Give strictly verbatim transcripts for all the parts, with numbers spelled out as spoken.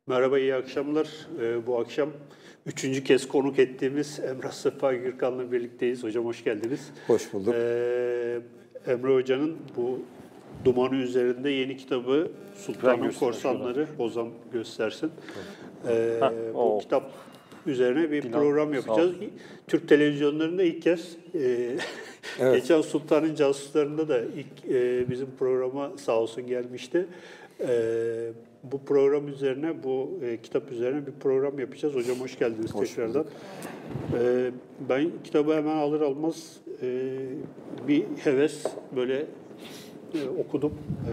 Merhaba, iyi akşamlar. Ee, bu akşam üçüncü kez konuk ettiğimiz Emrah Sefa Gürkan'la birlikteyiz. Hocam hoş geldiniz. Hoş bulduk. Ee, Emre Hoca'nın bu Dumanı üzerinde yeni kitabı Sultan'ın Korsanları. Ozan göstersin. Ee, Heh, bu o. kitap üzerine bir Bilal, program sağ yapacağız. olsun. Türk televizyonlarında ilk kez, e, Evet. geçen Sultan'ın Casuslarında da ilk e, bizim programa sağ olsun gelmişti. E, bu program üzerine, bu e, kitap üzerine bir program yapacağız. Hocam hoş geldiniz Hoş tekrardan. E, ben kitabı hemen alır almaz e, bir heves böyle e, okudum. E,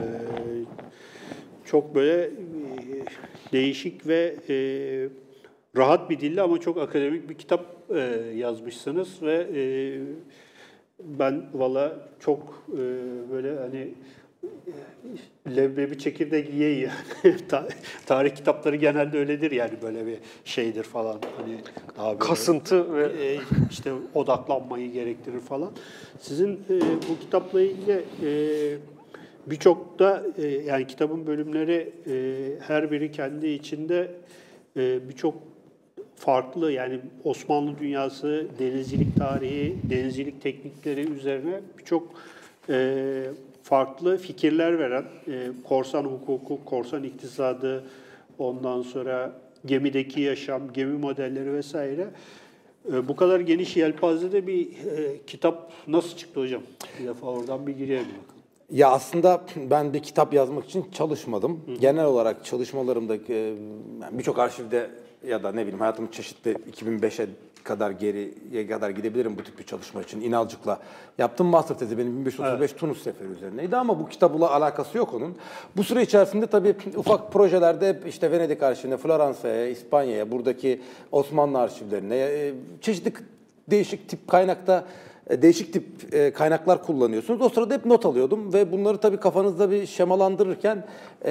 çok böyle e, değişik ve e, rahat bir dille ama çok akademik bir kitap e, yazmışsınız ve e, ben valla çok e, böyle hani e, leblebi çekirdek yiye yiye Ta- tarih kitapları genelde öyledir yani böyle bir şeydir falan hani daha böyle, Kasıntı ve e, işte odaklanmayı gerektirir falan. Sizin e, bu kitapla ilgili e, birçok da e, yani kitabın bölümleri e, her biri kendi içinde e, birçok farklı yani Osmanlı dünyası, denizcilik tarihi, denizcilik teknikleri üzerine birçok e, farklı fikirler veren e, korsan hukuku, korsan iktisadı, ondan sonra gemideki yaşam, gemi modelleri vesaire. E, bu kadar geniş yelpazede bir e, kitap nasıl çıktı hocam? Bir defa oradan bir girelim bakalım. Ya aslında ben bir kitap yazmak için çalışmadım. Hı. Genel olarak çalışmalarımdaki birçok arşivde ya da ne bileyim hayatımın çeşitli iki bin beşe kadar geriye kadar gidebilirim bu tip bir çalışma için. İnalcık'la yaptığım master tezi benim bin beş yüz otuz beş evet. Tunus seferi üzerineydi ama bu kitapla alakası yok onun. Bu süre içerisinde tabii ufak projelerde işte Venedik arşivine, Floransa'ya, İspanya'ya, buradaki Osmanlı arşivlerine çeşitli değişik tip kaynakta değişik tip kaynaklar kullanıyorsunuz. O sırada hep not alıyordum ve bunları tabii kafanızda bir şemalandırırken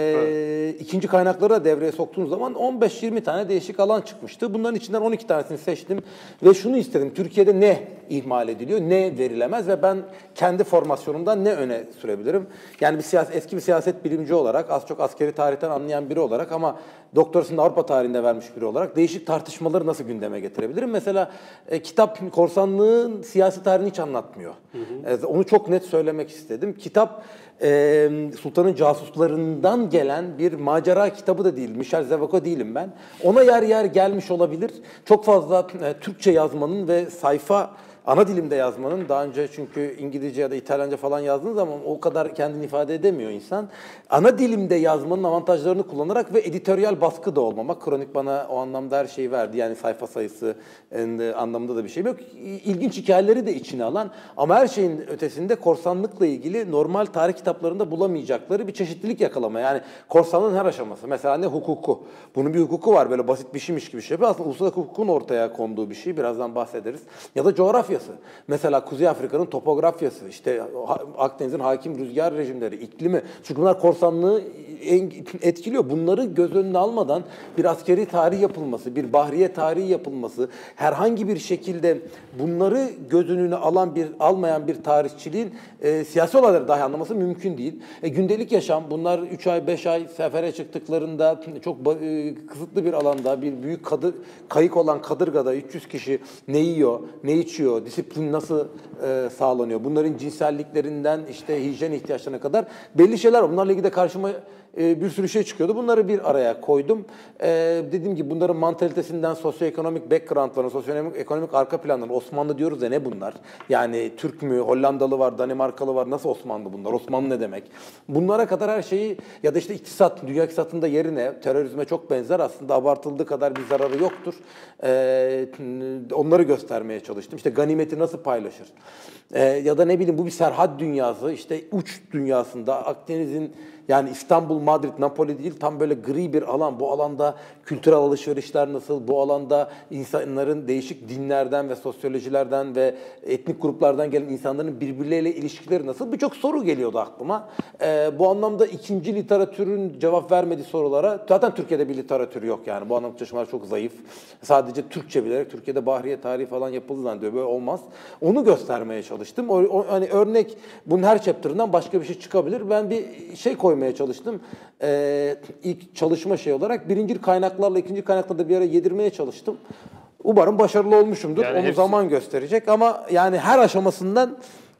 evet. e, ikinci kaynakları da devreye soktuğunuz zaman on beş yirmi tane değişik alan çıkmıştı. Bunların içinden on iki tanesini seçtim ve şunu istedim. Türkiye'de ne ihmal ediliyor, ne verilemez ve ben kendi formasyonumdan ne öne sürebilirim? Yani bir siyaset, eski bir siyaset bilimci olarak, az çok askeri tarihten anlayan biri olarak ama doktorasını Avrupa tarihinde vermiş biri olarak değişik tartışmaları nasıl gündeme getirebilirim? Mesela e, kitap korsanlığın siyasi tarihini hiç anlatmıyor. Hı hı. E, onu çok net söylemek istedim. Kitap e, Sultan'ın casuslarından gelen bir macera kitabı da değil. Michel Zevaco değilim ben. Ona yer yer gelmiş olabilir. Çok fazla e, Türkçe yazmanın ve sayfa ana dilimde yazmanın, daha önce çünkü İngilizce ya da İtalyanca falan yazdığınız zaman o kadar kendini ifade edemiyor insan. Ana dilimde yazmanın avantajlarını kullanarak ve editoryal baskı da olmamak. Kronik bana o anlamda her şeyi verdi. Yani sayfa sayısı anlamında da bir şey yok. İlginç hikayeleri de içine alan ama her şeyin ötesinde korsanlıkla ilgili normal tarih kitaplarında bulamayacakları bir çeşitlilik yakalama. Yani korsanlığın her aşaması. Mesela ne hukuku. Bunun bir hukuku var. Böyle basit bir şeymiş gibi şey. Aslında uluslararası hukukun ortaya konduğu bir şey. Birazdan bahsederiz. Ya da coğrafya. Mesela Kuzey Afrika'nın topografyası, işte Akdeniz'in hakim rüzgar rejimleri, iklimi. Çünkü bunlar korsanlığı etkiliyor. Bunları göz önüne almadan bir askeri tarih yapılması, bir bahriye tarihi yapılması, herhangi bir şekilde bunları göz önüne alan bir almayan bir tarihçiliğin e, siyasi olayları dahi anlaması mümkün değil. E, gündelik yaşam, bunlar üç ay beş ay sefere çıktıklarında çok e, kısıtlı bir alanda bir büyük kadır, kayık olan kadırgada üç yüz kişi ne yiyor, ne içiyor, disiplin nasıl e, sağlanıyor? Bunların cinselliklerinden işte hijyen ihtiyaçlarına kadar belli şeyler var. Bunlarla ilgili de karşıma e, bir sürü şey çıkıyordu. Bunları bir araya koydum. E, dediğim gibi bunların mantalitesinden sosyoekonomik background'larına, sosyoekonomik ekonomik arka planlarına, Osmanlı diyoruz da ne bunlar? Yani Türk mü, Hollandalı var, Danimarkalı var. Nasıl Osmanlı bunlar? Osmanlı ne demek? Bunlara kadar her şeyi ya da işte iktisat, dünya iktisatında yerine terörizme çok benzer. Aslında abartıldığı kadar bir zararı yoktur. E, onları göstermeye çalıştım. İşte ganimeti nasıl paylaşır? Ee, ya da ne bileyim bu bir serhat dünyası, işte uç dünyasında Akdeniz'in yani İstanbul, Madrid, Napoli değil tam böyle gri bir alan. Bu alanda kültürel alışverişler nasıl? Bu alanda insanların değişik dinlerden ve sosyolojilerden ve etnik gruplardan gelen insanların birbirleriyle ilişkileri nasıl? Birçok soru geliyordu aklıma. Ee, bu anlamda ikinci literatürün cevap vermediği sorulara, zaten Türkiye'de bir literatür yok yani. Bu anlamda çalışmalar çok zayıf. Sadece Türkçe bilerek, Türkiye'de bahriye tarihi falan yapıldı zannediyor. Böyle olmaz. Onu göstermeye çalıştım. O, o, hani örnek bunun her chapter'ından başka bir şey çıkabilir. Ben bir şey koydum koymaya çalıştım. Ee, ilk çalışma şey olarak birinci kaynaklarla ikinci kaynakları bir ara yedirmeye çalıştım. Umarım başarılı olmuşumdur. Yani Onu hepsi... zaman gösterecek ama yani her aşamasından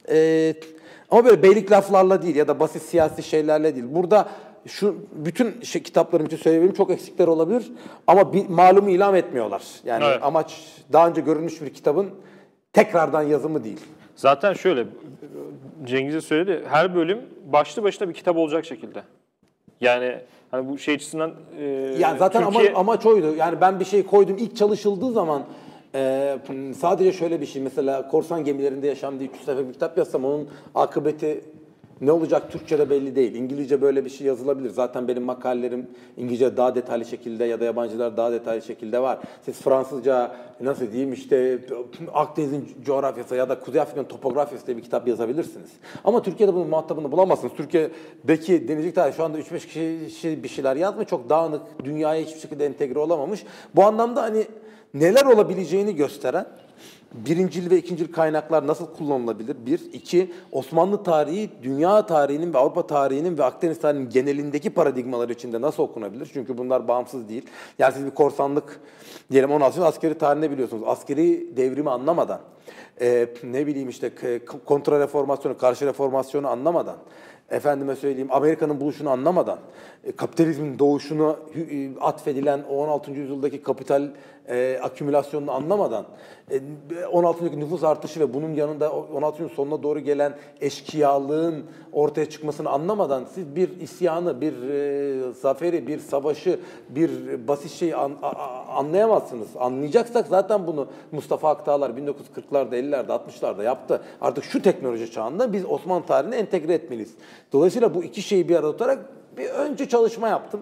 e, ama böyle beylik laflarla değil ya da basit siyasi şeylerle değil. Burada şu bütün şey, kitaplarım için söyleyebilirim çok eksikler olabilir ama bir malumu ilan etmiyorlar. Yani evet. Amaç daha önce görülmüş bir kitabın tekrardan yazımı değil. Zaten şöyle, Cengiz'e söyledi, her bölüm başlı başına bir kitap olacak şekilde. Yani hani bu şey açısından e, yani zaten Türkiye... ama, amaç oydu. Yani ben bir şey koydum ilk çalışıldığı zaman e, sadece şöyle bir şey mesela korsan gemilerinde yaşam diye üç yüz sayfa bir kitap yazsam onun akıbeti ne olacak Türkçe'de belli değil. İngilizce böyle bir şey yazılabilir. Zaten benim makalelerim İngilizce daha detaylı şekilde ya da yabancılar daha detaylı şekilde var. Siz Fransızca nasıl diyeyim işte Akdeniz'in coğrafyası ya da Kuzey Afrika'nın topografyası diye bir kitap yazabilirsiniz. Ama Türkiye'de bunun muhatabını bulamazsınız. Türkiye'deki denizcilik tarihi şu anda üç beş kişi bir şeyler yazmıyor. Çok dağınık, dünyaya hiçbir şekilde entegre olamamış. Bu anlamda hani neler olabileceğini gösteren birincil ve ikincil kaynaklar nasıl kullanılabilir? Bir. İki, Osmanlı tarihi, dünya tarihinin ve Avrupa tarihinin ve Akdeniz tarihinin genelindeki paradigmaları içinde nasıl okunabilir? Çünkü bunlar bağımsız değil. Yani siz bir korsanlık, diyelim on altı askeri tarihinde biliyorsunuz. Askeri devrimi anlamadan, e, ne bileyim işte kontra reformasyonu, karşı reformasyonu anlamadan, efendime söyleyeyim Amerika'nın buluşunu anlamadan, e, kapitalizmin doğuşunu e, atfedilen o on altıncı yüzyıldaki kapital e, akümülasyonunu anlamadan, e, on altıncı nüfus artışı ve bunun yanında on altıncı sonuna doğru gelen eşkıyalığın ortaya çıkmasını anlamadan siz bir isyanı, bir e, zaferi, bir savaşı, bir basit şeyi an, a, anlayamazsınız. Anlayacaksak zaten bunu Mustafa Aktağlar bin dokuz yüz kırklarda, ellilerde, altmışlarda yaptı. Artık şu teknoloji çağında biz Osmanlı tarihine entegre etmeliyiz. Dolayısıyla bu iki şeyi bir arada tutarak bir önce çalışma yaptım.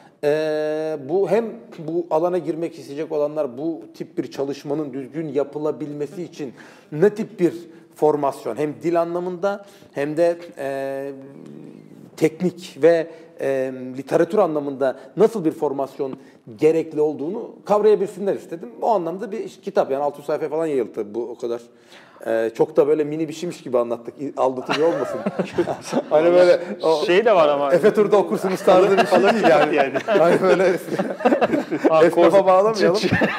Ee, bu hem bu alana girmek isteyecek olanlar bu tip bir çalışmanın düzgün yapılabilmesi için ne tip bir formasyon hem dil anlamında hem de e, teknik ve e, literatür anlamında nasıl bir formasyon gerekli olduğunu kavrayabilsinler istedim. O anlamda bir kitap yani altı yüz sayfa falan yayıldı bu o kadar. Ee, çok da böyle mini bir şeymiş gibi anlattık. Aldatıcı olmasın. Hani böyle o, şey de var ama. Efe Tur'da okursunuz tarzı bir şey değil yani. yani. Hani böyle esnafa bağlamayalım.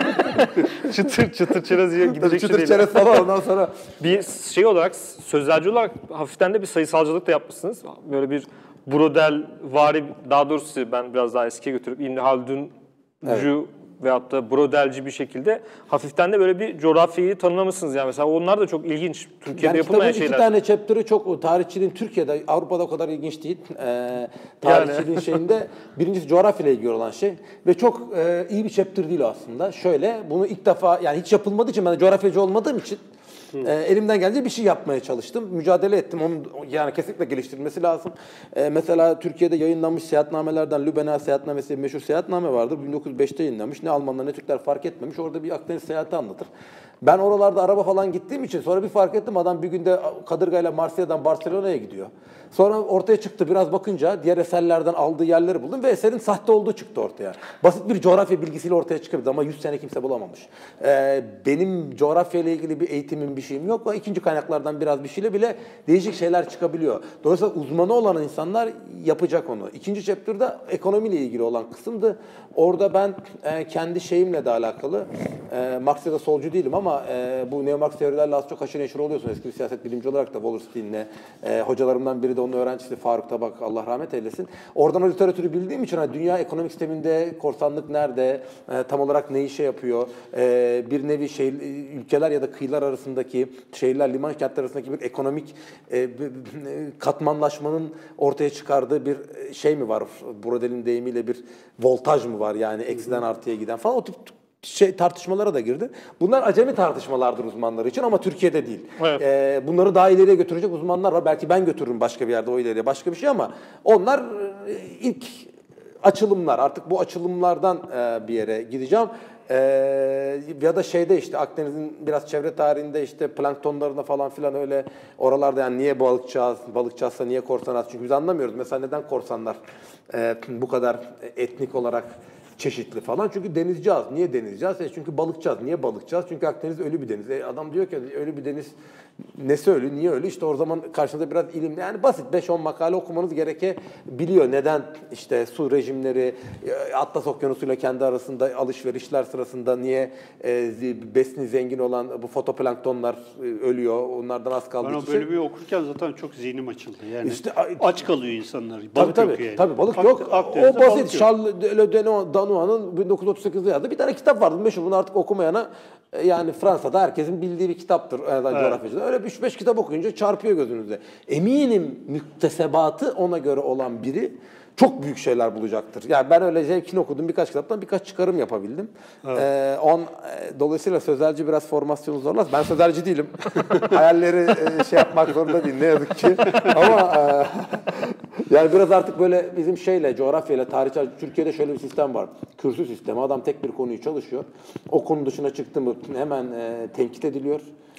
çıtır çıtır çerez gidecek çıtır şey çerez falan ondan sonra. Bir şey olarak, sözelci olarak hafiften de bir sayısalcılık da yapmışsınız. Böyle bir Brodel vari, daha doğrusu ben biraz daha eskiye götürüp İbn Halduncu evet. veyahut da Brodelci bir şekilde hafiften de böyle bir coğrafyayı tanımlamışsınız. Yani mesela onlar da çok ilginç. Türkiye'de yani yapılmayan şeyler. İki tane chapter'ı çok tarihçiliğin Türkiye'de, Avrupa'da o kadar ilginç değil. Ee, tarihçiliğin yani. şeyinde birincisi coğrafyayla ilgili olan şey ve çok e, iyi bir chapter değil aslında. Şöyle bunu ilk defa yani hiç yapılmadığı için ben de coğrafyacı olmadığım için E, elimden geldiğince bir şey yapmaya çalıştım. Mücadele ettim. Onun yani kesinlikle geliştirilmesi lazım. E, mesela Türkiye'de yayınlanmış seyahatnamelerden Lübena seyahatnamesi meşhur seyahatname vardır. bin dokuz yüz beşte yayınlanmış. Ne Almanlar ne Türkler fark etmemiş. Orada bir Akdeniz seyahati anlatır. Ben oralarda araba falan gittiğim için sonra bir fark ettim. Adam bir günde kadırgayla Marsilya'dan Barcelona'ya gidiyor. Sonra ortaya çıktı biraz bakınca diğer eserlerden aldığı yerleri buldum ve eserin sahte olduğu çıktı ortaya. Basit bir coğrafya bilgisiyle ortaya çıkabilir ama yüz sene kimse bulamamış. Ee, benim coğrafyayla ilgili bir eğitimim bir şeyim yok ama ikinci kaynaklardan biraz bir şeyle bile değişik şeyler çıkabiliyor. Dolayısıyla uzmanı olan insanlar yapacak onu. İkinci chapter'da ekonomiyle ilgili olan kısımdı. Orada ben e, kendi şeyimle de alakalı, e, Marx'ta solcu değilim ama e, bu neo-Marx teorilerle az çok haşır neşir oluyorsun. Eski bir siyaset bilimci olarak da Wallerstein'le e, hocalarımdan biri de onun öğrencisi Faruk Tabak, Allah rahmet eylesin. Oradan o literatürü bildiğim için hani dünya ekonomik sisteminde korsanlık nerede, e, tam olarak ne işe yapıyor, e, bir nevi şey, ülkeler ya da kıyılar arasındaki şehirler, liman kentler arasındaki bir ekonomik e, katmanlaşmanın ortaya çıkardığı bir şey mi var? Brodel'in deyimiyle bir voltaj mı var yani eksiden artıya giden falan o tip şey tartışmalara da girdi. Bunlar acemi tartışmalardır uzmanlar için ama Türkiye'de değil. Evet. Ee, bunları daha ileriye götürecek uzmanlar var. Belki ben götürürüm başka bir yerde o ileriye başka bir şey ama onlar ilk açılımlar. Artık bu açılımlardan e, bir yere gideceğim. Ee, ya da şeyde işte Akdeniz'in biraz çevre tarihinde işte planktonlarında falan filan öyle oralarda yani niye balıkçı balıkçıysa niye korsan az çünkü biz anlamıyoruz. Mesela neden korsanlar e, bu kadar etnik olarak çeşitli falan. Çünkü denizciğiz. Niye denizciğiz? E çünkü balıkçıyız. Niye balıkçıyız? Çünkü Akdeniz ölü bir deniz. E adam diyor ki ölü bir deniz nesi ölü, niye ölü? İşte o zaman karşınızda biraz ilim, yani basit beş on makale okumanız gerekebiliyor. Neden işte su rejimleri, Atlas Okyanusu'yla kendi arasında alışverişler sırasında niye e, besini zengin olan bu fotoplanktonlar e, ölüyor, onlardan az kaldığı Ben o için. bölümü okurken zaten çok zihnim açıldı. Yani İşte, aç kalıyor insanlar. Balık Tabii tabii. yok yani. Tabii balık Ak- yok. Akdeniz'de O basit. balık yok. Charles de Danoua'nın bin dokuz yüz otuz sekizde yazdığı bir tane kitap vardı. Meşhur. Bunu artık okumayana, yani Fransa'da herkesin bildiği bir kitaptır. Evet. Coğrafyacıda. Öyle üç beş kitap okuyunca çarpıyor gözünüzde. Eminim müktesebatı ona göre olan biri çok büyük şeyler bulacaktır. Yani ben öyle zevkini okudum birkaç kitaptan, birkaç çıkarım yapabildim. Evet. Ee, on, e, dolayısıyla sözelci biraz formasyonu zorlar. Ben sözelci değilim. Hayalleri e, şey yapmak zorunda değil ne yazık ki. Ama e, yani biraz artık böyle bizim şeyle, coğrafyayla, tarihçi, Türkiye'de şöyle bir sistem var. Kürsü sistemi. Adam tek bir konuyu çalışıyor. O konu dışına çıktı mı hemen e, tenkit ediliyor.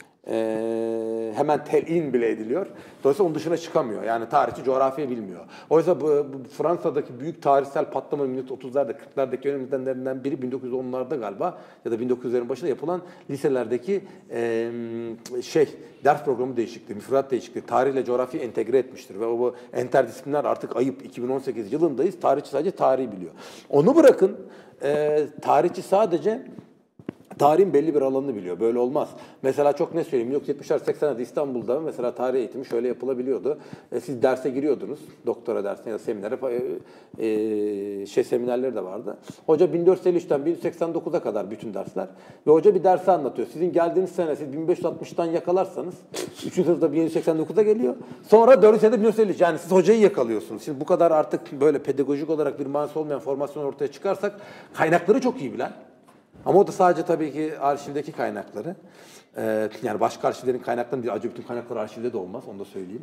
Ee, hemen telin bile ediliyor. Dolayısıyla onun dışına çıkamıyor. Yani tarihçi coğrafyayı bilmiyor. Oysa bu, bu Fransa'daki büyük tarihsel patlama bin dokuz yüz otuzlarda kırklardaki önemli nedenlerinden biri bin dokuz yüz onlarda galiba ya da bin dokuz yüzlerin başında yapılan liselerdeki e, şey ders programı değişikliği, müfredat değişikliği, tarihle coğrafyayı entegre etmiştir ve o bu interdisipliner artık ayıp. iki bin on sekiz yılındayız. Tarihçi sadece tarihi biliyor. Onu bırakın, e, tarihçi sadece tarihin belli bir alanını biliyor. Böyle olmaz. Mesela çok ne söyleyeyim, bin dokuz yüz yetmişler seksenlerde İstanbul'da mesela tarih eğitimi şöyle yapılabiliyordu. E, siz derse giriyordunuz, doktora dersine ya da seminere, e, e, şey seminerleri de vardı. Hoca bin dört yüz elli üçten bin yüz seksen dokuza kadar bütün dersler ve hoca bir dersi anlatıyor. Sizin geldiğiniz sene siz bin beş yüz altmıştan yakalarsanız üçüncü sınıfta bin yedi yüz seksen dokuza geliyor. Sonra dördüncü senede bin dört yüz elli üç. Yani siz hocayı yakalıyorsunuz. Şimdi bu kadar artık böyle pedagojik olarak bir manası olmayan formasyon ortaya çıkarsak kaynakları çok iyi bilen, ama o da sadece tabii ki arşivdeki kaynakları. Ee, yani başka arşivlerin kaynaklarının bir acı bütün kaynaklar arşivde de olmaz, onu da söyleyeyim.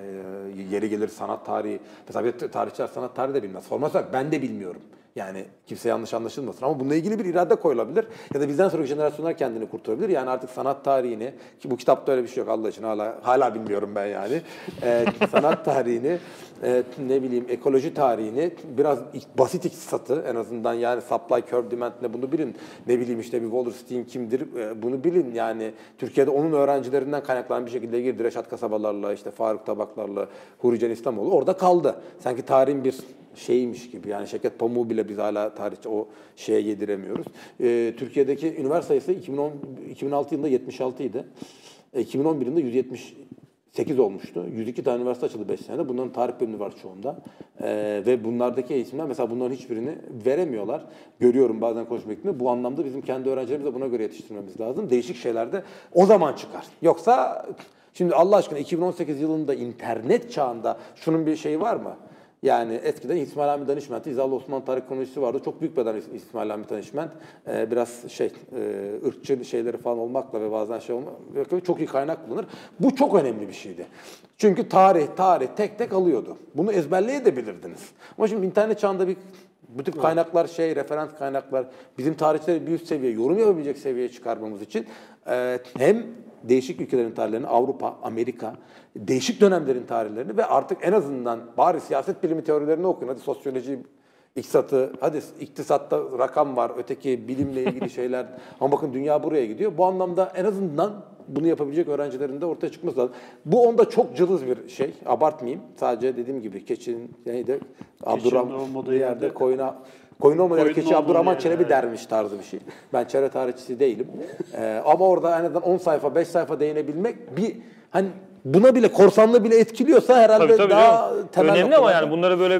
Ee, yeri gelir sanat tarihi, mesela bir tarihçiler sanat tarihi de bilmez. Formasyon ben de bilmiyorum. Yani kimse yanlış anlaşılmasın ama bununla ilgili bir irade koyulabilir ya da bizden sonraki jenerasyonlar kendini kurtarabilir. Yani artık sanat tarihini, ki bu kitapta öyle bir şey yok Allah için, hala hala bilmiyorum ben yani. Ee, sanat tarihini, e, ne bileyim ekoloji tarihini, biraz basit iktisatı en azından, yani supply curve demand ne, bunu bilin. Ne bileyim işte bir Wallerstein kimdir, e, bunu bilin. Yani Türkiye'de onun öğrencilerinden kaynaklanan bir şekilde girdi. Reşat Kasabalarla, işte Faruk Tabaklarla, Huri Can İslamoğlu orada kaldı. Sanki tarihin bir şeymiş gibi, yani Şevket Pamuk'u bile biz hala tarihçi o şeye yediremiyoruz. Ee, Türkiye'deki üniversite sayısı iki bin on, iki bin altı yılında yetmiş altı idi. E, iki bin on bir yılında yüz yetmiş sekiz olmuştu. yüz iki tane üniversite açıldı beş senede. Bunların tarih bölümü var çoğunda. Ee, ve bunlardaki eğitimler mesela bunların hiçbirini veremiyorlar. Görüyorum bazen konuşmak için. Bu anlamda bizim kendi öğrencilerimizi de buna göre yetiştirmemiz lazım. Değişik şeyler de o zaman çıkar. Yoksa şimdi Allah aşkına iki bin on sekiz yılında internet çağında şunun bir şeyi var mı? Yani eskiden İsmail Hamdi Danışment, İzallı Osmanlı Tarih Kronolojisi vardı. Çok büyük bir adam İsmail Hamdi Danışment. Ee, biraz şey, e, ırkçı şeyleri falan olmakla ve bazen şey olmakla çok iyi kaynak kullanır. Bu çok önemli bir şeydi. Çünkü tarih, tarih tek tek alıyordu. Bunu ezberleyebilirdiniz. Ama şimdi internet çağında bir bu tip kaynaklar, şey, referans kaynaklar, bizim tarihçileri bir üst seviye, yorum yapabilecek seviyeye çıkarmamız için e, hem değişik ülkelerin tarihlerini, Avrupa, Amerika, değişik dönemlerin tarihlerini ve artık en azından bari siyaset bilimi teorilerini okuyun. Hadi sosyoloji, iktisatı, hadi iktisatta rakam var, öteki bilimle ilgili şeyler. Ama bakın dünya buraya gidiyor. Bu anlamda en azından bunu yapabilecek öğrencilerin de ortaya çıkması lazım. Bu onda çok cılız bir şey. Abartmayayım. Sadece dediğim gibi keçinin neydi? Abdurrahman bir yerde koyuna Koyun olmayan keçi Abdurrahman Çelebi yani dermiş tarzı bir şey. Ben çevre tarihçisi değilim. ee, ama orada en azından on sayfa, beş sayfa değinebilmek bir hani buna bile, korsanlığı bile etkiliyorsa herhalde tabii, tabii daha canım. Temel önemli noktalar. Ama yani bunları böyle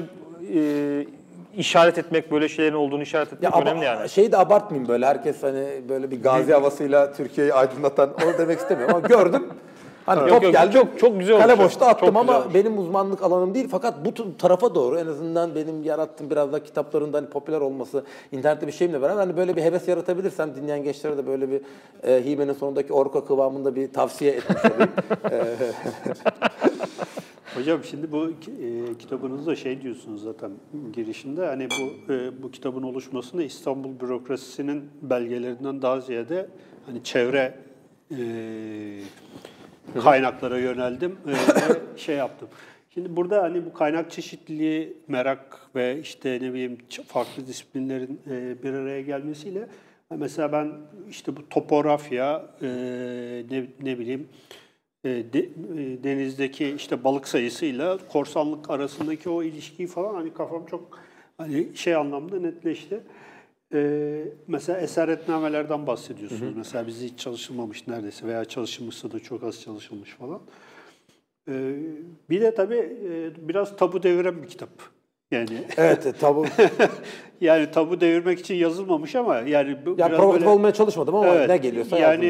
e, işaret etmek, böyle şeylerin olduğunu işaret etmek ya önemli yani. Şeyi de abartmayayım böyle, herkes hani böyle bir gazi havasıyla Türkiye'yi aydınlatan, onu demek istemiyorum ama gördüm. Hani yok, top yok, geldi, çok, çok güzel kale olmuş. boşta attım çok ama benim uzmanlık alanım değil. Fakat bu tarafa doğru en azından benim yarattığım biraz da kitaplarında hani popüler olması, internette bir şeyimle beraber hani böyle bir heves yaratabilirsem dinleyen gençlere de böyle bir e, Hime'nin sonundaki orka kıvamında bir tavsiye etmiş olayım. Hocam şimdi bu e, kitabınızda şey diyorsunuz zaten girişinde, hani bu e, bu kitabın oluşmasında İstanbul bürokrasisinin belgelerinden daha ziyade hani çevre e, kaynaklara yöneldim ve şey yaptım. Şimdi burada hani bu kaynak çeşitliliği, merak ve işte ne bileyim farklı disiplinlerin bir araya gelmesiyle mesela ben işte bu topografya, ne, ne bileyim de, denizdeki işte balık sayısıyla korsanlık arasındaki o ilişkiyi falan hani kafam çok hani şey anlamda netleşti. Ee, mesela esaretnamelerden bahsediyorsunuz. Hı hı. Mesela bizi hiç çalışılmamış neredeyse veya çalışılmışsa da çok az çalışılmış falan. Ee, bir de tabii e, biraz tabu deviren bir kitap. Yani evet, tabu. yani tabu devirmek için yazılmamış ama yani ya biraz provokatif böyle, olmaya çalışmadım ama evet, ne geliyorsa yani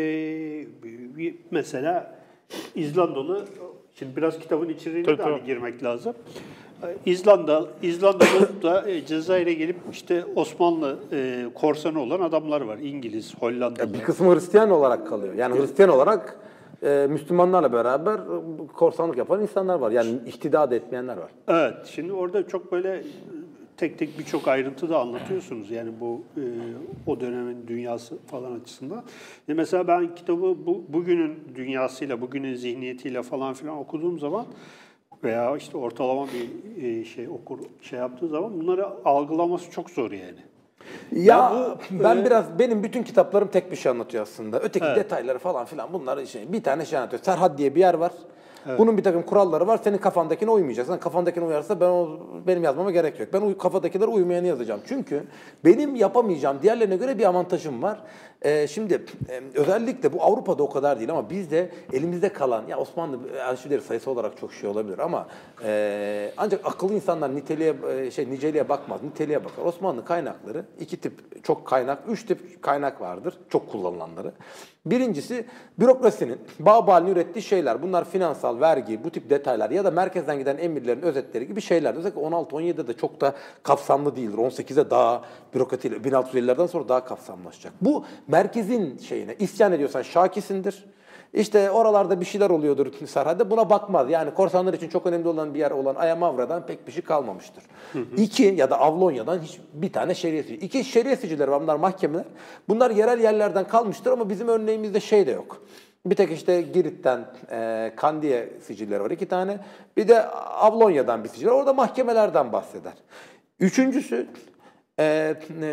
e, mesela İzlandalı, şimdi biraz kitabın içeriğine de hani girmek lazım. İzlanda, İzlanda'da da Cezayir'e gelip işte Osmanlı e, korsanı olan adamlar var. İngiliz, Hollandalı. Bir kısmı Hristiyan olarak kalıyor. Yani Hristiyan olarak e, Müslümanlarla beraber korsanlık yapan insanlar var. Yani ihtidad etmeyenler var. Evet. Şimdi orada çok böyle tek tek birçok ayrıntı da anlatıyorsunuz. Yani bu e, o dönemin dünyası falan açısından. E mesela ben kitabı bu, bugünün dünyasıyla, bugünün zihniyetiyle falan filan okuduğum zaman veya işte ortalama bir şey okur şey yaptığı zaman bunları algılaması çok zor yani. Ya, ya bu, ben e... biraz benim bütün kitaplarım tek bir şey anlatıyor aslında. Öteki evet. detayları falan filan bunları şey bir tane şey anlatıyor. Serhat diye bir yer var. Evet. Bunun bir takım kuralları var. Senin kafandakine uymayacaksın. Kafandakine uyarsa ben o, benim yazmama gerek yok. Ben uy, kafadakilere uymayanı yazacağım. Çünkü benim yapamayacağım diğerlerine göre bir avantajım var. Ee, şimdi e, özellikle bu Avrupa'da o kadar değil ama bizde elimizde kalan ya Osmanlı arşivleri sayısı olarak çok şey olabilir ama e, ancak akıllı insanlar niteliğe şey niceliğe bakmaz, niteliğe bakar. Osmanlı kaynakları iki tip çok kaynak, üç tip kaynak vardır. Çok kullanılanları. Birincisi bürokrasinin bağ ürettiği şeyler. Bunlar finansal, vergi, bu tip detaylar ya da merkezden giden emirlerin özetleri gibi şeyler. Özellikle on altı on yedide de çok da kapsamlı değildir. on sekizde daha bürokratiyle, bin altı yüz ellilerden sonra daha kapsamlaşacak. Bu merkezin şeyine isyan ediyorsan şakisindir. İşte oralarda bir şeyler oluyordur Serhat'da. Buna bakmaz. Yani korsanlar için çok önemli olan bir yer olan Ayamavra'dan pek bir şey kalmamıştır. Hı hı. İki ya da Avlonya'dan hiç bir tane şeriyesici. İki şeriyesiciler var. Bunlar mahkemeler. Bunlar yerel yerlerden kalmıştır ama bizim örneğimizde şey de yok. Bir tek işte Girit'ten e, Kandiye sicilleri var iki tane. Bir de Avlonya'dan bir sicil var. Orada mahkemelerden bahseder. Üçüncüsü e, e,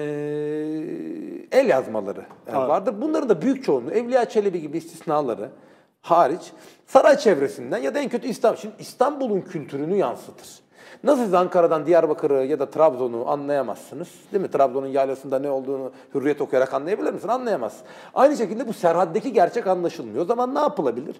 el yazmaları e, vardır. Bunların da büyük çoğunluğu Evliya Çelebi gibi istisnaları hariç saray çevresinden ya da en kötü İstanbul. Şimdi İstanbul'un kültürünü yansıtır. Nasıl siz Ankara'dan Diyarbakır'ı ya da Trabzon'u anlayamazsınız? Değil mi? Trabzon'un yaylasında ne olduğunu Hürriyet okuyarak anlayabilir misin? Anlayamazsın. Aynı şekilde bu Serhat'taki gerçek anlaşılmıyor. O zaman ne yapılabilir?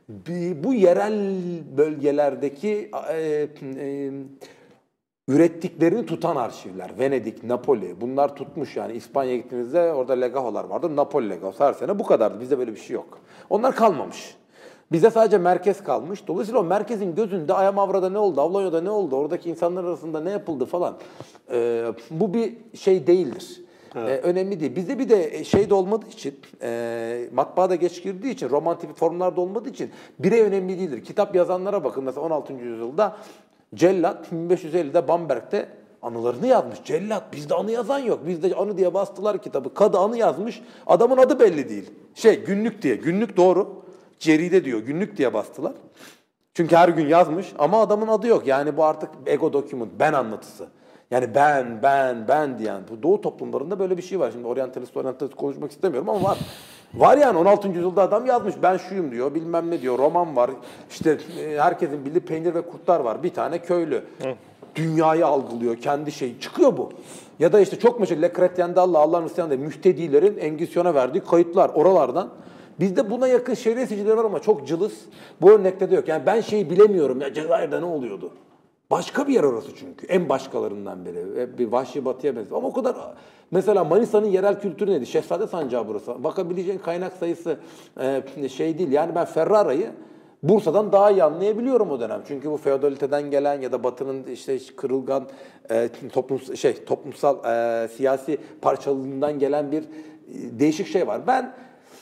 Bu yerel bölgelerdeki e, e, ürettiklerini tutan arşivler. Venedik, Napoli bunlar tutmuş yani. İspanya'ya gittiğimizde orada legaholar vardı. Napoli legahosu her sene bu kadardı. Bizde böyle bir şey yok. Onlar kalmamış. Bize sadece merkez kalmış. Dolayısıyla o merkezin gözünde Ayamavra'da ne oldu, Avlonya'da ne oldu, oradaki insanlar arasında ne yapıldı falan. Ee, bu bir şey değildir. Evet. Ee, önemli değil. Bizde bir de şey de olmadığı için, e, matbaada geç girdiği için, romantik formlarda olmadığı için bire önemli değildir. Kitap yazanlara bakın mesela on altıncı yüzyılda Cellat bin beş yüz ellide Bamberg'de anılarını yazmış. Cellat, bizde anı yazan yok. Bizde anı diye bastılar kitabı. Kadı anı yazmış, adamın adı belli değil. Şey, günlük diye. Günlük doğru. Ceride diyor, günlük diye bastılar. Çünkü her gün yazmış ama adamın adı yok. Yani bu artık ego document, ben anlatısı. Yani ben, ben, ben diyen. Bu Doğu toplumlarında böyle bir şey var. Şimdi oryantalist, oryantalist konuşmak istemiyorum ama var. Var yani on altıncı yüzyılda adam yazmış. Ben şuyum diyor, bilmem ne diyor. Roman var. İşte herkesin bildiği Peynir ve Kurtlar var. Bir tane köylü. Hı. Dünyayı algılıyor, kendi şeyi. Çıkıyor bu. Ya da işte çok meşhur Le Chrétien d'Allah, Allah'ın Hristiyan'da müftedilerin Engizisyon'a verdiği kayıtlar oralardan. Bizde buna yakın şeriyesiciler var ama çok cılız. Bu örnekte de yok. Yani ben şeyi bilemiyorum. Ya Cezayir'de ne oluyordu? Başka bir yer orası çünkü. En başkalarından biri. Bir Vahşi Batı'ya benziyor. Ama o kadar... Mesela Manisa'nın yerel kültürü neydi? Şehzade Sancağı burası. Bakabileceğin kaynak sayısı e, şey değil. Yani ben Ferrara'yı Bursa'dan daha iyi anlayabiliyorum o dönem. Çünkü bu feodaliteden gelen ya da Batı'nın işte kırılgan e, toplumsal, şey, toplumsal e, siyasi parçalılığından gelen bir e, değişik şey var. Ben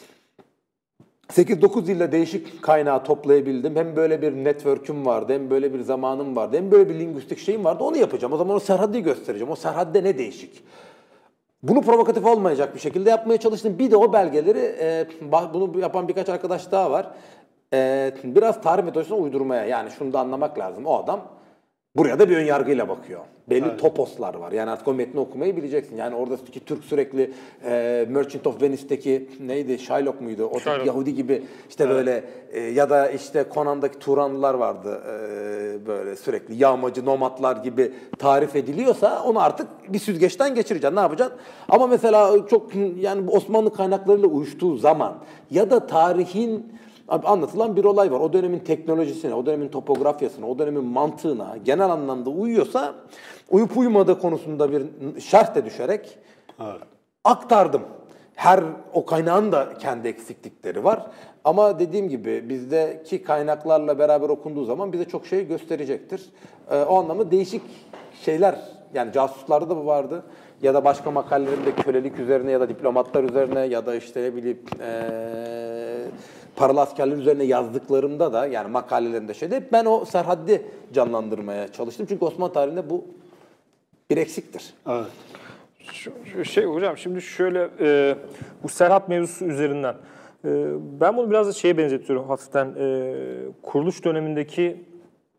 sekiz dokuz yılda değişik kaynağı toplayabildim. Hem böyle bir network'üm vardı, hem böyle bir zamanım vardı, hem böyle bir lingüistik şeyim vardı. Onu yapacağım. O zaman o Serhat'ı göstereceğim. O Serhat'da ne değişik? Bunu provokatif olmayacak bir şekilde yapmaya çalıştım. Bir de o belgeleri, e, bunu yapan birkaç arkadaş daha var. e, biraz tarih metodolojisine uydurmaya, yani şunu da anlamak lazım. O adam buraya da bir ön yargıyla bakıyor. Belli evet. toposlar var. Yani artık o metni okumayı bileceksin. Yani oradaki Türk sürekli e, Merchant of Venice'deki neydi? Shylock muydu? O tip Yahudi gibi işte evet. böyle e, ya da işte Conan'daki Turanlılar vardı. E, böyle sürekli yağmacı, nomadlar gibi tarif ediliyorsa onu artık bir süzgeçten geçireceksin. Ne yapacaksın? Ama mesela çok yani Osmanlı kaynaklarıyla uyuştuğu zaman ya da tarihin Abi anlatılan bir olay var. O dönemin teknolojisine, o dönemin topografyasına, o dönemin mantığına genel anlamda uyuyorsa uyup uyumadığı konusunda bir şerh de düşerek evet. aktardım. Her o kaynağın da kendi eksiklikleri var. Ama dediğim gibi bizdeki kaynaklarla beraber okunduğu zaman bize çok şey gösterecektir. Ee, o anlamda değişik şeyler, yani casuslarda da bu vardı. Ya da başka makalelerimde kölelik üzerine ya da diplomatlar üzerine ya da işte ne bileyim ee, paralı askerler üzerine yazdıklarımda da, yani makalelerimde şeyde ben o Serhaddi canlandırmaya çalıştım. Çünkü Osmanlı tarihinde bu bir eksiktir. Evet. Şu, şu şey hocam şimdi şöyle e, bu Serhat mevzusu üzerinden e, ben bunu biraz da şeye benzetiyorum hafiften e, kuruluş dönemindeki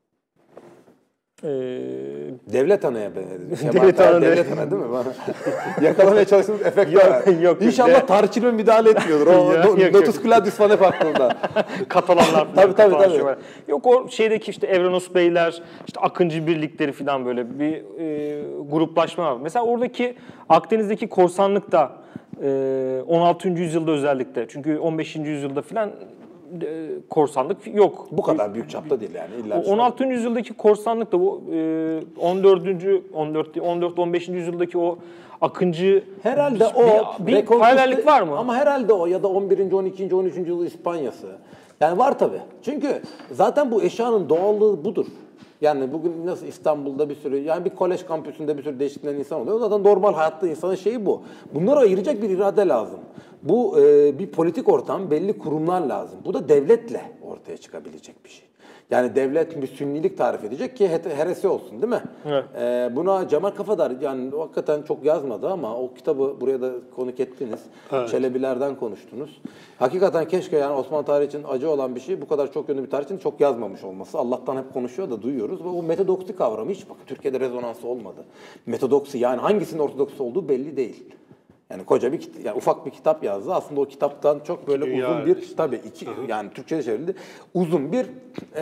Ee, Devlet Ana'ya benziyor. Devlet Ana Devlet Ana değil mi? Yakalamaya çalıştığımız efektler. Yok, yok. İnşallah tarihçilme müdahale etmiyordur. O yok, yok, Notus Claudius falan hep aklımda. Katalanlar. tabii tabii tabii. Var. Yok o şeydeki işte Evrenos Beyler, işte Akıncı birlikleri falan böyle bir e, gruplaşma var. Mesela oradaki Akdeniz'deki korsanlık da e, on altıncı yüzyılda özellikle. Çünkü on beşinci yüzyılda falan korsanlık yok. Bu kadar büyük çapta değil yani. İlla on altıncı yüzyıldaki korsanlık da bu on dördüncü on dört on dört on beşinci yüzyıldaki o Akıncı herhalde bir, o bir, bir paralellik var mı? Ama herhalde o ya da on birinci on ikinci on üçüncü yüzyıl İspanyası. Yani var tabii. Çünkü zaten bu eşyanın doğallığı budur. Yani bugün nasıl İstanbul'da bir sürü, yani bir kolej kampüsünde bir sürü değişikliklerin insan oluyor. Zaten normal hayatta insanın şeyi bu. Bunları ayıracak bir irade lazım. Bu e, bir politik ortam, belli kurumlar lazım. Bu da devletle ortaya çıkabilecek bir şey. Yani devlet bir sünnilik tarif edecek ki heresi olsun değil mi? Evet. Ee, buna Cemal Kafadar yani hakikaten çok yazmadı ama o kitabı buraya da konuk ettiniz. Evet. Çelebilerden konuştunuz. Hakikaten keşke yani Osmanlı tarihi için acı olan bir şey bu kadar çok yönlü bir tarih için çok yazmamış olması. Allah'tan hep konuşuyor da duyuyoruz ve o metodoksi kavramı hiç bakın Türkiye'de rezonansı olmadı. Metodoksi yani hangisinin ortodoks olduğu belli değil. Yani koca bir yani ufak bir kitap yazdı. Aslında o kitaptan çok böyle Dünya uzun bir işte. tabii iki Hı-hı. yani Türkçe'de çevrildi. Uzun bir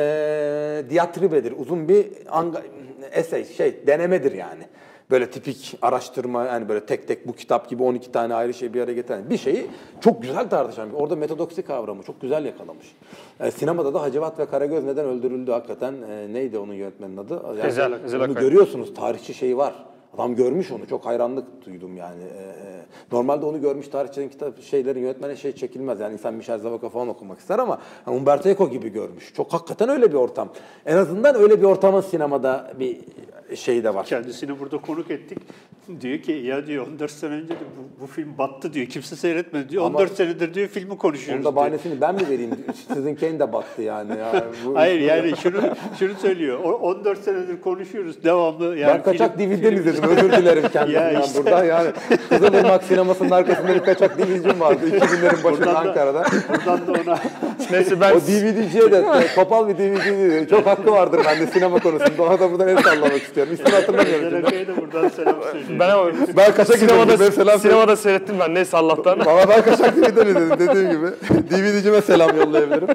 e, diatribedir. Uzun bir anga, essay şey denemedir yani. Böyle tipik araştırma yani böyle tek tek bu kitap gibi on iki tane ayrı şey bir araya getiren bir şeyi çok güzel tartışan. Orada metodoksi kavramı çok güzel yakalamış. E, sinemada da Hacivat ve Karagöz neden öldürüldü hakikaten e, neydi onun yönetmenin adı? Yani Ezel, Ezel onu görüyorsunuz tarihçi şeyi var. Adam görmüş onu. Çok hayranlık duydum yani. Ee, normalde onu görmüş tarihçilerin kitap şeylerin yönetmene şey çekilmez. Yani insan Michel Zavaka falan okumak ister ama yani Umberto Eco gibi görmüş. Çok hakikaten öyle bir ortam. En azından öyle bir ortamın sinemada bir şey de var. Kendisini burada konuk ettik. Diyor ki ya diyor on dört sene önce de bu, bu film battı diyor. Kimse seyretmedi diyor. Ama on dört senedir diyor filmi konuşuyoruz diyor. Onun da bahanesini ben mi vereyim? Sizinkendi de battı yani. yani bu, Hayır yani şunu şunu söylüyor. on dört senedir konuşuyoruz devamlı. Yani ben kaçak D V D'den izledim. Özür dilerim kendisinden ya işte. Buradan yani. Kızılırmak sinemasının arkasında bir kaçak D V D'cim vardı. iki binlerin başında buradan Ankara'da. Da, buradan da ona. Neyse ben... O D V D'ciye de topal bir D V D çok hakkı vardır bende sinema konusunda. Ona da buradan el sallamak istiyorum. İsmini hatırlamıyorum. Zeraka'ya da buradan selam söylüyorum. Ben ama ben kaçak sinemada, ben selam sinemada seyrettim ben. Neyse Allah'tan. Ama ben kaçak D V D'den izledim dediğim gibi. D V D'cime selam yollayabilirim.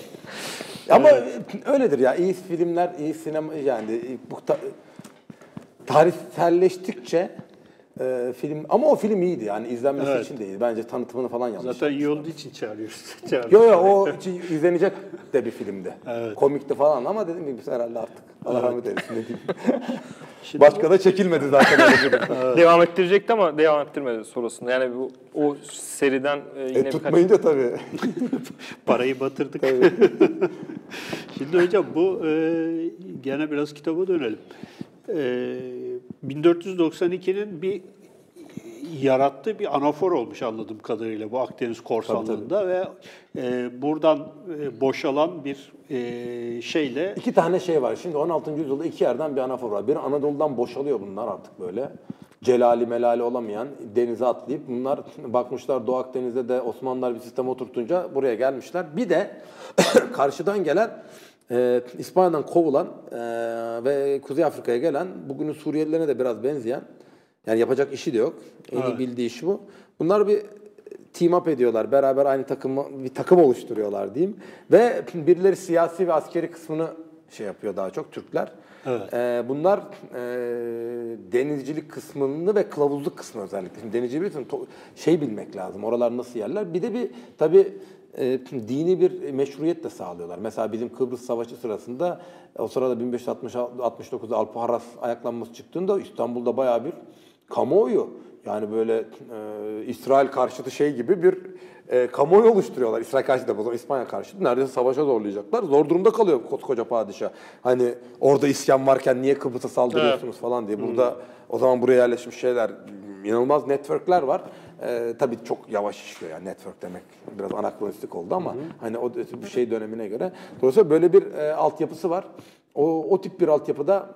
Ama evet. Öyledir ya. İyi filmler, iyi sinema yani bu ta, tarihselleştikçe e, film ama o film iyiydi yani izlenmesi evet. için değil. Bence tanıtımını falan yanlış. Zaten iyi olduğu için çağırıyoruz. Yok yok o izlenecek de bir filmdi. Evet. Komikti falan ama dediğim gibi herhalde artık. Allah rahmet eylesin dediğim. Başka bu... da çekilmedi zaten. Evet. Devam ettirecekti ama devam ettirmedi sonrasında. Yani bu o seriden e, yine e, tutmayınca birkaç... tabii. Parayı batırdık. Şimdi hocam bu e, gene biraz kitaba dönelim. E, bin dört yüz doksan ikinin bir yarattığı bir anafor olmuş anladığım kadarıyla bu Akdeniz korsanlığında ve e, buradan e, boşalan bir e, şeyle... İki tane şey var. Şimdi on altıncı yüzyılda iki yerden bir anafor var. Biri Anadolu'dan boşalıyor bunlar artık böyle. celali melali olamayan, denize atlayıp bunlar bakmışlar Doğu Akdeniz'de de Osmanlılar bir sisteme oturtunca buraya gelmişler. Bir de karşıdan gelen e, İspanya'dan kovulan e, ve Kuzey Afrika'ya gelen bugünün Suriyelilerine de biraz benzeyen, yani yapacak işi de yok. En iyi bildiği iş bu. Bunlar bir team up ediyorlar. Beraber aynı takımı bir takım oluşturuyorlar diyeyim. Ve birileri siyasi ve askeri kısmını şey yapıyor daha çok Türkler. Evet. Ee, bunlar e, denizcilik kısmını ve kılavuzluk kısmını özellikle. Şimdi denizcilik için şey bilmek lazım. Oralar nasıl yerler? Bir de bir tabii e, dini bir meşruiyet de sağlıyorlar. Mesela bizim Kıbrıs Savaşı sırasında o sırada bin beş yüz altmış dokuzda Alpuharras ayaklanması çıktığında İstanbul'da bayağı bir kamuoyu, yani böyle e, İsrail karşıtı şey gibi bir e, kamuoyu oluşturuyorlar. İsrail karşıtı da İspanya karşıtı. Neredeyse savaşa zorlayacaklar. Zor durumda kalıyor koskoca padişah. Hani orada isyan varken niye Kıbrıs'a saldırıyorsunuz evet. falan diye. Burada hmm. o zaman buraya yerleşmiş şeyler, inanılmaz networkler var. E, tabii çok yavaş işliyor yani network demek. Biraz anakronistik oldu ama hmm. hani o bir şey dönemine göre. Dolayısıyla böyle bir e, altyapısı var. O, o tip bir altyapıda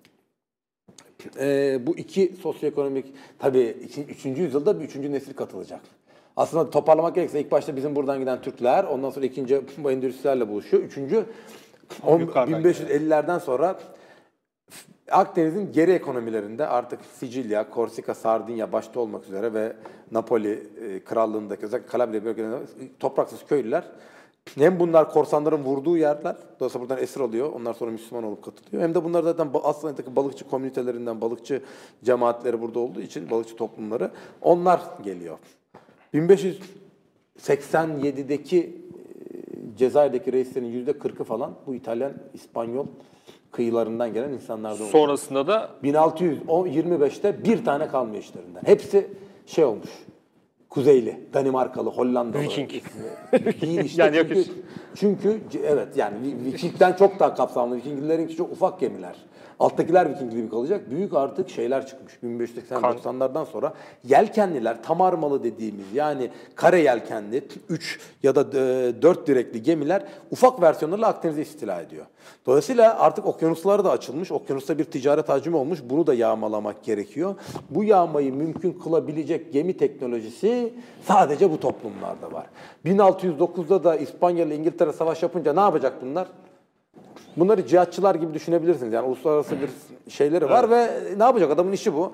Ee, bu iki sosyoekonomik, tabii iki, üçüncü yüzyılda bir üçüncü nesil katılacak. Aslında toparlamak gerekirse ilk başta bizim buradan giden Türkler, ondan sonra ikinci bu endüstrilerle buluşuyor. Üçüncü bin beş yüz ellilerden sonra Akdeniz'in geri ekonomilerinde artık Sicilya, Korsika, Sardinya başta olmak üzere ve Napoli e, krallığındaki özellikle Kalabria bölgelerinde topraksız köylüler, hem bunlar korsanların vurduğu yerler, dolayısıyla buradan esir alıyor, onlar sonra Müslüman olup katılıyor. Hem de bunlar zaten aslında balıkçı komünitelerinden, balıkçı cemaatleri burada olduğu için, balıkçı toplumları, onlar geliyor. bin beş yüz seksen yedideki Cezayir'deki reislerin yüzde kırkı falan bu İtalyan, İspanyol kıyılarından gelen insanlardan oldu. Sonrasında da bin altı yüz yirmi beşte bir tane kalmıyor işlerinden. Hepsi şey olmuş. Kuzeyli, Danimarkalı, Hollandalı. Viking. Değil işte. yani çünkü, çünkü evet yani Viking'den çok daha kapsamlı. Vikinglerin çok ufak gemiler. Alttakiler Viking gibi kalacak. Büyük artık şeyler çıkmış. bin beş yüz seksen doksanlardan sonra yelkenliler, tam armalı dediğimiz yani kare yelkenli üç ya da dört direkli gemiler ufak versiyonlarla Akdeniz'e istila ediyor. Dolayısıyla artık okyanuslar da açılmış. Okyanusta bir ticaret hacmi olmuş. Bunu da yağmalamak gerekiyor. Bu yağmayı mümkün kılabilecek gemi teknolojisi sadece bu toplumlarda var. bin altı yüz dokuzda da İspanya ile İngiltere savaş yapınca ne yapacak bunlar? Bunları cihatçılar gibi düşünebilirsiniz. Yani uluslararası bir şeyleri var evet. ve ne yapacak? Adamın işi bu.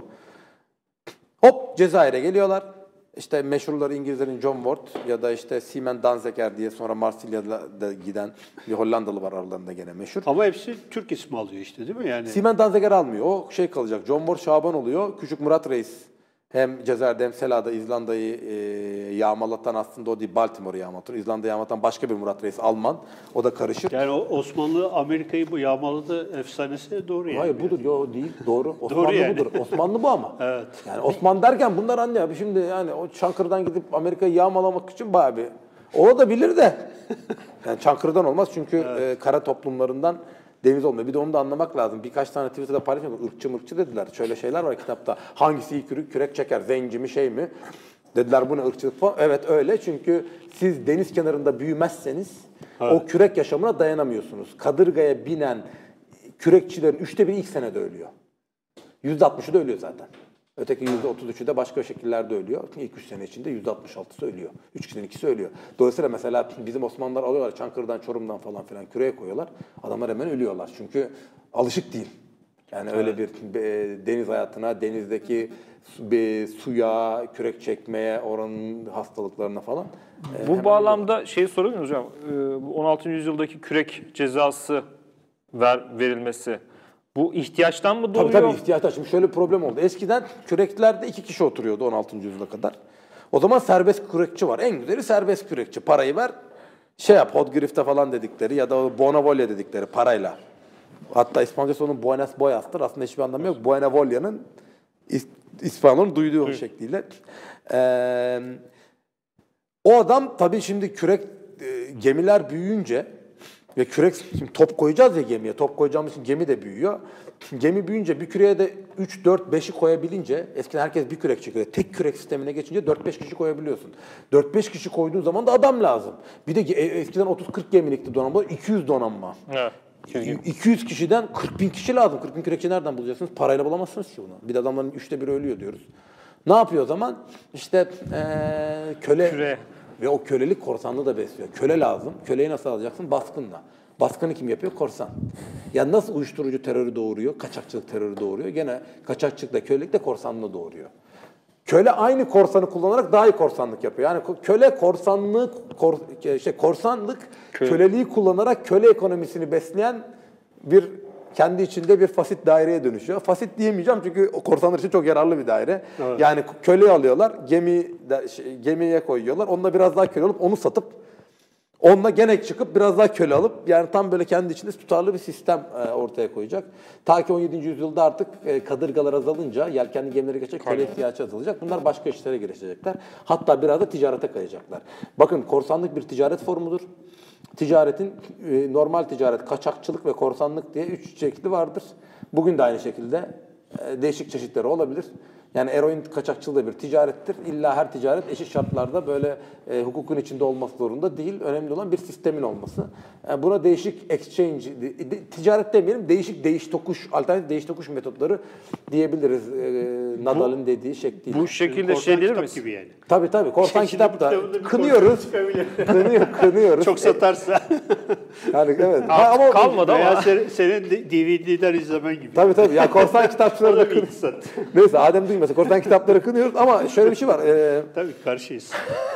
Hop Cezayir'e geliyorlar. İşte meşhurları İngilizlerin John Ward ya da işte Seaman Danzeker diye sonra Marsilya'da giden bir Hollandalı var aralarında gene meşhur. Ama hepsi Türk ismi alıyor işte değil mi? Yani Seaman Danzeker almıyor. O şey kalacak. John Ward Şaban oluyor. Küçük Murat Reis. Hem Cezayir'de hem Sela'da İzlanda'yı e, yağmalatan aslında o değil, Baltimore'u yağmalatan. İzlanda'yı yağmalatan başka bir Murat Reis Alman. O da karışır. Yani Osmanlı Amerika'yı bu yağmaladı efsanesi doğru yani. Hayır budur, yo değil, doğru. Osmanlı doğru yani. budur. Osmanlı bu ama. evet. Yani Osman derken bunlar anlıyor. Şimdi yani o Çankırı'dan gidip Amerika'yı yağmalamak için bayağı bir... O da bilir de. Yani Çankırı'dan olmaz çünkü evet. e, kara toplumlarından deniz olmuyor. Bir de onu da anlamak lazım. Birkaç tane Twitter'da paylaşmışlar. Irkçı mırkçı dediler. Şöyle şeyler var kitapta. Hangisi iyi kürek, kürek çeker? Zenci mi şey mi? Dediler bu ne ırkçılık falan. Evet öyle çünkü siz deniz kenarında büyümezseniz evet. o kürek yaşamına dayanamıyorsunuz. Kadırgaya binen kürekçilerin üçte biri ilk senede ölüyor. Yüzde altmışı da ölüyor zaten. Öteki yüzde otuz üçü de başka şekillerde ölüyor. İlk üç sene içinde yüzde altmış altısı ölüyor. Üç kişiden ikisi ölüyor. Dolayısıyla mesela bizim Osmanlılar alıyorlar Çankırı'dan, Çorum'dan falan filan küreğe koyuyorlar. Adamlar hemen ölüyorlar. Çünkü alışık değil. Yani evet. öyle bir deniz hayatına, denizdeki bir suya, kürek çekmeye, oranın hastalıklarına falan. Bu e, bağlamda şey sorayım mı hocam? Bu on altıncı yüzyıldaki kürek cezası ver, verilmesi. Bu ihtiyaçtan mı doğuyor? Tabii tabii ihtiyaçtan. Şimdi şöyle bir problem oldu. Eskiden küreklerde iki kişi oturuyordu on altıncı yüzyıla kadar. O zaman serbest kürekçi var. En güzeli serbest kürekçi. Parayı ver, şey yap, Hodgrift'e falan dedikleri ya da Bonavolya dedikleri parayla. Hatta İspanyolcası onun Buenas Boyas'tır. Aslında hiçbir anlamı yok. Buenavolya'nın İspanyol'un duyduğu evet. şekliyle. Ee, o adam tabii şimdi kürek e, gemiler büyüyünce ve kürek, şimdi top koyacağız ya gemiye, top koyacağımız için gemi de büyüyor. Gemi büyüyünce bir küreğe de üç, dört, beşi koyabilince, eskiden herkes bir kürek çekiyor. Tek kürek sistemine geçince dört beş kişi koyabiliyorsun. dört beş kişi koyduğun zaman da adam lazım. Bir de eskiden otuz kırk gemilikti donanma, iki yüz donanma. Evet. iki yüz kişiden kırk bin kişi lazım. kırk bin kürekçi nereden bulacaksınız? Parayla bulamazsınız ki bunu. Bir de adamların üçte biri ölüyor diyoruz. Ne yapıyor o zaman? İşte ee, köle Küre. ve o kölelik korsanlığı da besliyor. Köle lazım. Köleyi nasıl alacaksın? Baskınla. Baskını kim yapıyor? Korsan. Yani nasıl uyuşturucu terörü doğuruyor? Kaçakçılık terörü doğuruyor. Gene kaçakçılıkla kölelik de korsanlığı doğuruyor. Köle aynı korsanı kullanarak daha iyi korsanlık yapıyor. Yani köle korsanlığı, kor, şey, korsanlık Köle. köleliği kullanarak köle ekonomisini besleyen bir kendi içinde bir fasit daireye dönüşüyor. Fasit diyemeyeceğim çünkü o korsanlar için çok yararlı bir daire. Evet. Yani köleyi alıyorlar, gemi şey, gemiye koyuyorlar. Onunla biraz daha köle alıp onu satıp onunla gene çıkıp biraz daha köle alıp yani tam böyle kendi içinde tutarlı bir sistem ortaya koyacak. Ta ki on yedinci yüzyılda artık kadırgalar azalınca yelkenli gemilere geçecek, köle ihtiyacı azalacak. Bunlar başka işlere girişecekler. Hatta biraz da ticarete kayacaklar. Bakın korsanlık bir ticaret formudur. Ticaretin normal ticaret, kaçakçılık ve korsanlık diye üç şekli vardır. Bugün de aynı şekilde değişik çeşitleri olabilir. Yani eroin kaçakçılığı da bir ticarettir. İlla her ticaret eşit şartlarda böyle e, hukukun içinde olması zorunda değil. Önemli olan bir sistemin olması. Yani buna değişik exchange, de, de, ticaret demeyelim, değişik değiş tokuş, alternatif değiş tokuş metotları diyebiliriz. E, Nadal'ın dediği şekliyle. Bu şekilde şey değil mi? Gibi yani. Tabii tabii. Korsan Şimdi kitap da bu kınıyoruz. Kınıyor, kınıyoruz. Çok satarsa. Yani evet. Artık ama kalmadı ama. Veya senin, senin D V D'ler izlemen gibi. Tabii tabii. Ya korsan kitapçıları da kın. Neyse Adem duymasın. Korsan kitapları kınıyoruz ama şöyle bir şey var. Ee, Tabii karşıyız.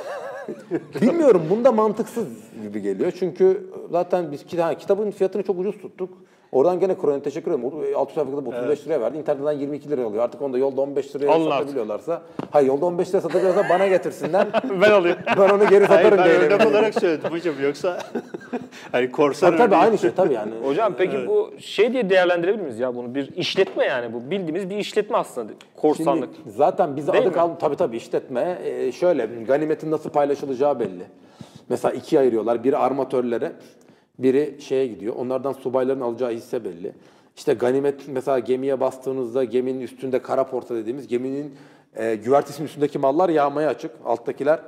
bilmiyorum. Bunda mantıksız gibi geliyor. Çünkü zaten biz kitabın fiyatını çok ucuz tuttuk. Oradan gene Kronik'e teşekkür ederim. altı sayfalıkta otuz beş liraya verdi. İnternetten yirmi iki lira alıyor. Artık onu da yolda on beş liraya Allah satabiliyorlarsa. Hayır yolda on beş liraya satabiliyorlarsa bana getirsinler. Ben alayım. Ben onu geri Hayır, satarım. ben diye örnek eminim. olarak söyledim hocam. Yoksa hani korsan Tabii, tabii örneği- aynı şey tabii yani. Hocam peki bu şey diye değerlendirebilir miyiz ya bunu? Bir işletme yani bu. Bildiğimiz bir işletme aslında. Korsanlık. Şimdi zaten bize Değil adı mi? kaldı. Tabii tabii işletme. Ee, şöyle ganimetin nasıl paylaşılacağı belli. Mesela ikiye ayırıyorlar. Biri armatörlere, biri şeye gidiyor. Onlardan subayların alacağı hisse belli. İşte ganimet mesela gemiye bastığınızda geminin üstünde kara porta dediğimiz geminin e, güvertesinin üstündeki mallar yağmaya açık. Alttakiler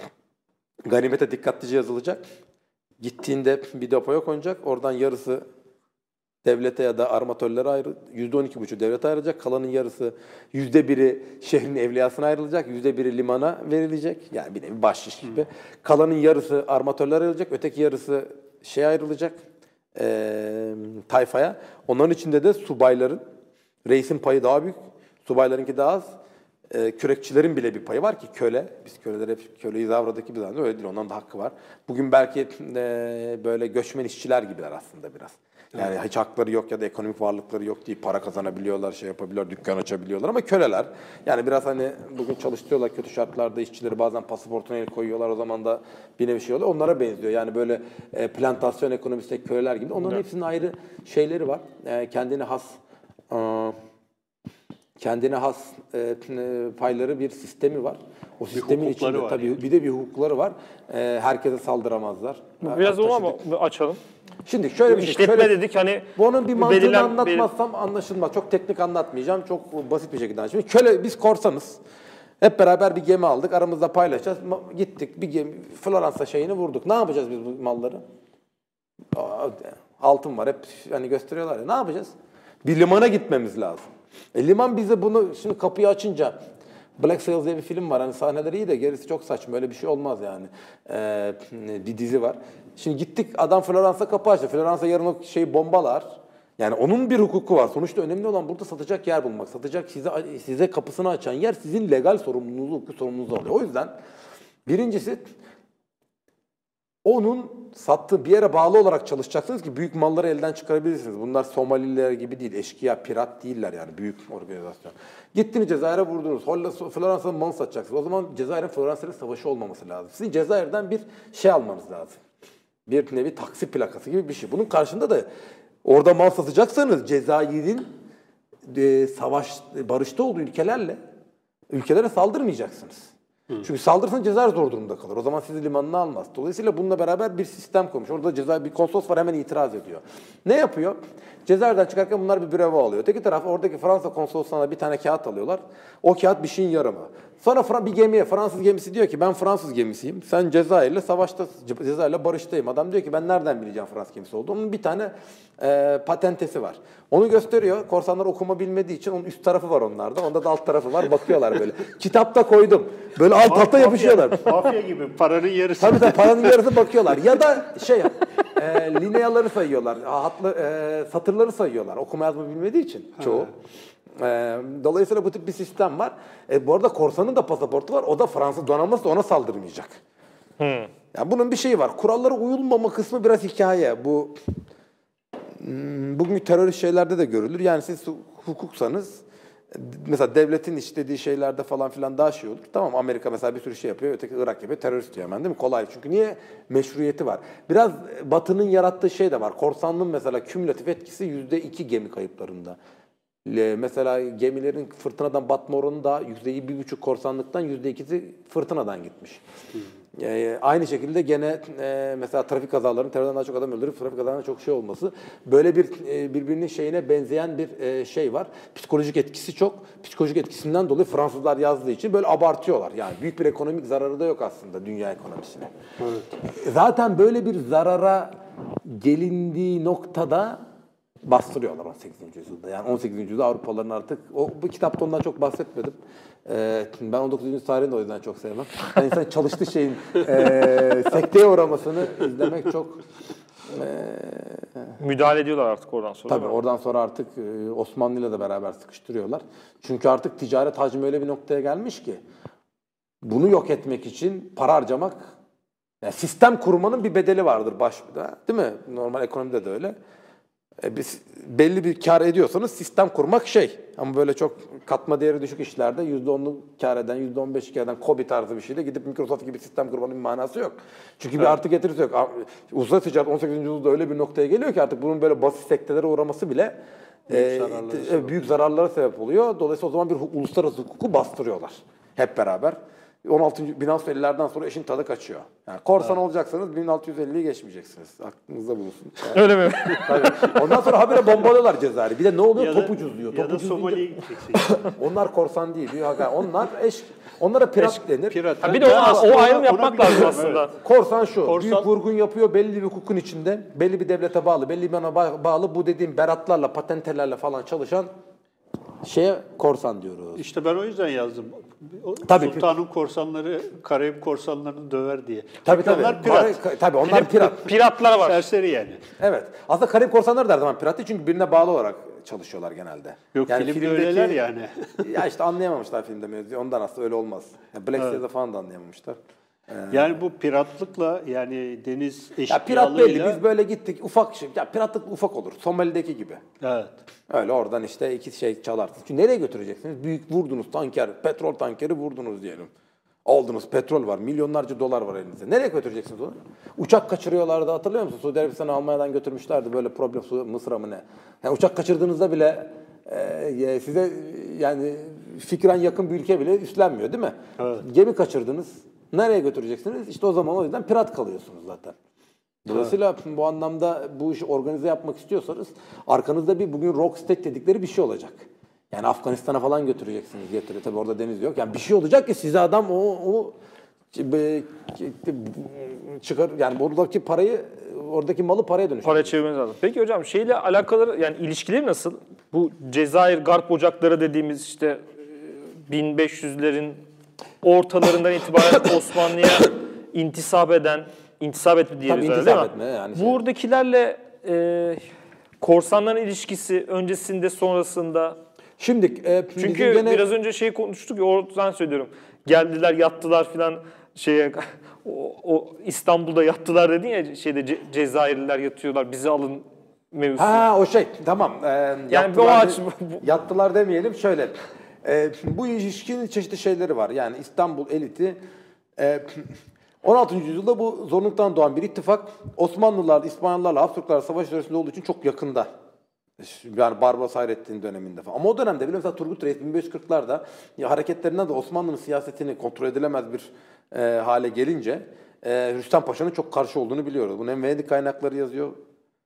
ganimete dikkatlice yazılacak. Gittiğinde bir depoya konacak. Oradan yarısı devlete ya da armatörlere ayrı, yüzde on iki buçuk devlete ayrılacak. Kalanın yarısı yüzde biri şehrin evliyasına ayrılacak. Yüzde biri limana verilecek. Yani bir nevi bahşiş gibi. Kalanın yarısı armatörlere ayrılacak. Öteki yarısı şeye ayrılacak. E, tayfaya. Onların içinde de subayların, reisin payı daha büyük. Subaylarınki daha az. E, kürekçilerin bile bir payı var ki köle. Biz köleler hep köleyi zavradaki bir zannede öyle değil. Onların da hakkı var. Bugün belki e, böyle göçmen işçiler gibiler aslında biraz. Yani hiç hakları yok ya da ekonomik varlıkları yok diye para kazanabiliyorlar, şey yapabiliyorlar, dükkan açabiliyorlar ama köleler. Yani biraz hani bugün çalıştırıyorlar kötü şartlarda işçileri bazen pasaportuna el koyuyorlar o zaman da bir nevi şey oluyor. Onlara benziyor. Yani böyle e, plantasyon ekonomisindeki köleler gibi. Onların evet. hepsinin ayrı şeyleri var. E, kendine has e, kendine has e, payları bir sistemi var. O sistemin içinde var tabii yani. Bir de bir hukukları var. E, herkese saldıramazlar. Biraz onu ama açalım. Şimdi şöyle bir şey. İşletme şöyle, dedik hani. Bunun bir mantığını belirlen, anlatmazsam belir... anlaşılmaz. Çok teknik anlatmayacağım. Çok basit bir şekilde anlatacağım. Köle biz korsanız. Hep beraber bir gemi aldık. Aramızda paylaşacağız. Gittik bir gemi Floransa şeyini vurduk. Ne yapacağız biz bu malları? Altın var. Hep hani gösteriyorlar ya. Ne yapacağız? Bir limana gitmemiz lazım. E, liman bize bunu şimdi kapıyı açınca Black Sails diye bir film var. Hani sahneleri iyi de gerisi çok saçma. Öyle bir şey olmaz yani. Ee, bir dizi var. Şimdi gittik adam Floransa kapı açtı. Floransa yarın o şeyi bombalar. Yani onun bir hukuku var. Sonuçta önemli olan burada satacak yer bulmak. Satacak size size kapısını açan yer sizin legal sorumluluğunuzu, hukuku sorumluluğunuzu alıyor. O yüzden birincisi onun sattığı bir yere bağlı olarak çalışacaksınız ki büyük malları elden çıkarabilirsiniz. Bunlar Somaliler gibi değil, eşkıya, pirat değiller yani büyük organizasyon. Gittiniz Cezayir'e vurdunuz, Floransa'nın malı satacaksınız. O zaman Cezayir'in Floransa'yla savaşı olmaması lazım. Sizin Cezayir'den bir şey almanız lazım. Bir nevi taksi plakası gibi bir şey. Bunun karşında da orada mal satacaksanız Cezayir'in e, savaş, barışta olduğu ülkelerle ülkelere saldırmayacaksınız. Hı. Çünkü saldırırsanız Cezayir zor durumda kalır. O zaman sizi limanına almaz. Dolayısıyla bununla beraber bir sistem kurmuş. Orada Cezayir bir konsolos var hemen itiraz ediyor. Ne yapıyor? Cezayir'den çıkarken bunlar bir brevo alıyor. Öteki taraf oradaki Fransa konsolosluğuna bir tane kağıt alıyorlar. O kağıt bir şeyin yarımı. Sonra Fra- bir gemiye, Fransız gemisi diyor ki ben Fransız gemisiyim. Sen Cezayir'le savaşta, Cezayir'le barıştayım. Adam diyor ki ben nereden bileceğim Fransız gemisi olduğunu? Onun bir tane e, patentesi var. Onu gösteriyor. Korsanlar okuma bilmediği için onun üst tarafı var onlarda. Onda da alt tarafı var. Bakıyorlar böyle. Kitapta koydum. Böyle alt alta yapışıyorlar. Mafya gibi paranın yarısı. Tabii tabii paranın yarısı bakıyorlar. Ya da şey e, lineaları sayıyorlar. Hatlı, e, satırları sayıyorlar. Okuma yazma bilmediği için çoğu. E, dolayısıyla bu tip bir sistem var. E, bu arada korsanın da pasaportu var. O da Fransız donanması da ona saldırmayacak. Hmm. Yani bunun bir şeyi var. Kurallara uyulmama kısmı biraz hikaye. Bu hmm, bugünkü terörist şeylerde de görülür. Yani siz hukuksanız mesela devletin istediği şeylerde falan filan daha şey olur. Tamam Amerika mesela bir sürü şey yapıyor, öteki Irak yapıyor, terörist diyor hemen değil mi? Kolay. Çünkü niye? Meşruiyeti var. Biraz Batı'nın yarattığı şey de var. Korsanlığın mesela kümülatif etkisi yüzde iki gemi kayıplarında. Mesela gemilerin fırtınadan batma oranı da yüzde bir buçuk korsanlıktan yüzde ikisi fırtınadan gitmiş. Hmm. Yani aynı şekilde gene e, mesela trafik kazalarının terörden daha çok adam öldürüp trafik kazalarında çok şey olması. Böyle bir e, birbirinin şeyine benzeyen bir e, şey var. Psikolojik etkisi çok. Psikolojik etkisinden dolayı Fransızlar yazdığı için böyle abartıyorlar. Yani büyük bir ekonomik zararı da yok aslında dünya ekonomisine. Evet. Zaten böyle bir zarara gelindiği noktada bastırıyorlar on sekizinci yüzyılda. Yani on sekizinci yüzyılda Avrupalıların artık, o, bu kitapta ondan çok bahsetmedim. Ee, ben on dokuzuncu yüzyıl tarihini de o yüzden çok sevmem. Yani insan çalıştığı şeyin e, sekteye uğramasını izlemek çok... E, Müdahale ediyorlar artık oradan sonra. Tabii oradan sonra artık e, Osmanlı ile de beraber sıkıştırıyorlar. Çünkü artık ticaret hacmi öyle bir noktaya gelmiş ki bunu yok etmek için para harcamak, yani sistem kurmanın bir bedeli vardır başta, değil mi? Normal ekonomide de öyle. E biz belli bir kar ediyorsanız sistem kurmak şey. Ama böyle çok katma değeri düşük işlerde yüzde onluk kar eden, yüzde on beş kar eden KOBİ tarzı bir şeyde gidip Microsoft gibi sistem kurmanın bir manası yok. Çünkü evet. bir artı getirisi yok. Uluslararası ticaret on sekizinci yüzyılda öyle bir noktaya geliyor ki artık bunun böyle basit sektelere uğraması bile büyük, e, zararlara, büyük zararlara sebep oluyor. Dolayısıyla o zaman bir uluslararası hukuku bastırıyorlar hep beraber. on altıncı bin altı yüz ellilerden sonra işin tadı kaçıyor. Yani korsan evet. olacaksanız bin altı yüz elliyi geçmeyeceksiniz. Aklınızda bulunsun. Yani. Öyle mi? Tabii. Ondan sonra habire bombalıyorlar Cezayir'i. Bir de ne oluyor? Ya Top da, ucuzluyor. Ya Top da ucuzluyor. Somali'ye gideceksin. Onlar korsan değil. Onlar eş, onlara pirat eş, denir. Pirat. Ha, bir de o, o ayrım yapmak lazım aslında. Evet. Korsan şu. Korsan, büyük vurgun yapıyor belli bir hukukun içinde. Belli bir devlete bağlı. Belli bir yana bağlı. Bu dediğim beratlarla, patentelerle falan çalışan şeye korsan diyoruz. İşte ben o yüzden yazdım. O, tabii, Sultanın korsanları, Karayip korsanlarını döver diye. Tabii tabii. Onlar pirat. Kar, tabii onlar pirat. Piratlar var. Serseri yani. Evet. Aslında Karayip korsanları da her zaman pirat değil çünkü birine bağlı olarak çalışıyorlar genelde. Yok yani filmde filmdeki, öyleler yani. Ya işte anlayamamışlar filmde mevzuyu. Ondan aslında öyle olmaz. Yani Black Sabbath'da evet. falan da anlayamamışlar. Ee, yani bu piratlıkla yani deniz eşkıyalığıyla... Ya pirat belli. Biz böyle gittik ufak şey. Ya piratlık ufak olur. Somali'deki gibi. Evet. Öyle oradan işte iki şey çalarsınız. Çünkü nereye götüreceksiniz? Büyük vurdunuz tanker, petrol tankeri vurdunuz diyelim. Aldınız petrol var, milyonlarca dolar var elinizde. Nereye götüreceksiniz onu? Uçak kaçırıyorlardı hatırlıyor musun? Suudi Arabistan'ı Almanya'dan götürmüşlerdi böyle problem Mısır'a mı ne? Yani uçak kaçırdığınızda bile e, size yani fikren yakın bir ülke bile üstlenmiyor değil mi? Evet. Gemi kaçırdınız. Nereye götüreceksiniz? İşte o zaman o yüzden pirat kalıyorsunuz zaten. Dolayısıyla evet. bu anlamda bu işi organize yapmak istiyorsanız arkanızda bir bugün rock state dedikleri bir şey olacak. Yani Afganistan'a falan götüreceksiniz. Getiriyor. Tabii orada deniz yok. Yani bir şey olacak ki size adam o, o çıkar yani buradaki parayı oradaki malı paraya dönüştürüyor. Para çevirmeniz lazım. Peki hocam şeyle alakalı yani ilişkileri nasıl? Bu Cezayir Garp ocakları dediğimiz işte bin beş yüzlerin ortalarından itibaren Osmanlı'ya intisap eden, intisap etme diyebiliriz Tabii değil mi? Etme yani şey. Buradakilerle e, korsanların ilişkisi öncesinde sonrasında. Şimdi e, çünkü gene... biraz önce şey konuştuk ya oradan söylüyorum. Geldiler yattılar filan şeye o, o İstanbul'da yattılar dedin ya şeyde Ce- Cezayirliler yatıyorlar bizi alın mevzusu. Ha o şey tamam. E, yani bu ağaç yattılar demeyelim şöyle. E, bu ilişkinin çeşitli şeyleri var. Yani İstanbul eliti e, on altıncı yüzyılda bu zorunluluktan doğan bir ittifak Osmanlılar, İspanyollarla Habsburglar savaş içerisinde olduğu için çok yakında. Yani Barbaros Hayrettin döneminde falan. Ama o dönemde bile mesela Turgut Reis bin beş yüz kırklarda ya hareketlerinden de Osmanlı'nın siyasetini kontrol edilemez bir e, hale gelince e, Rüstem Paşa'nın çok karşı olduğunu biliyoruz. Bunu hem Venedik kaynakları yazıyor.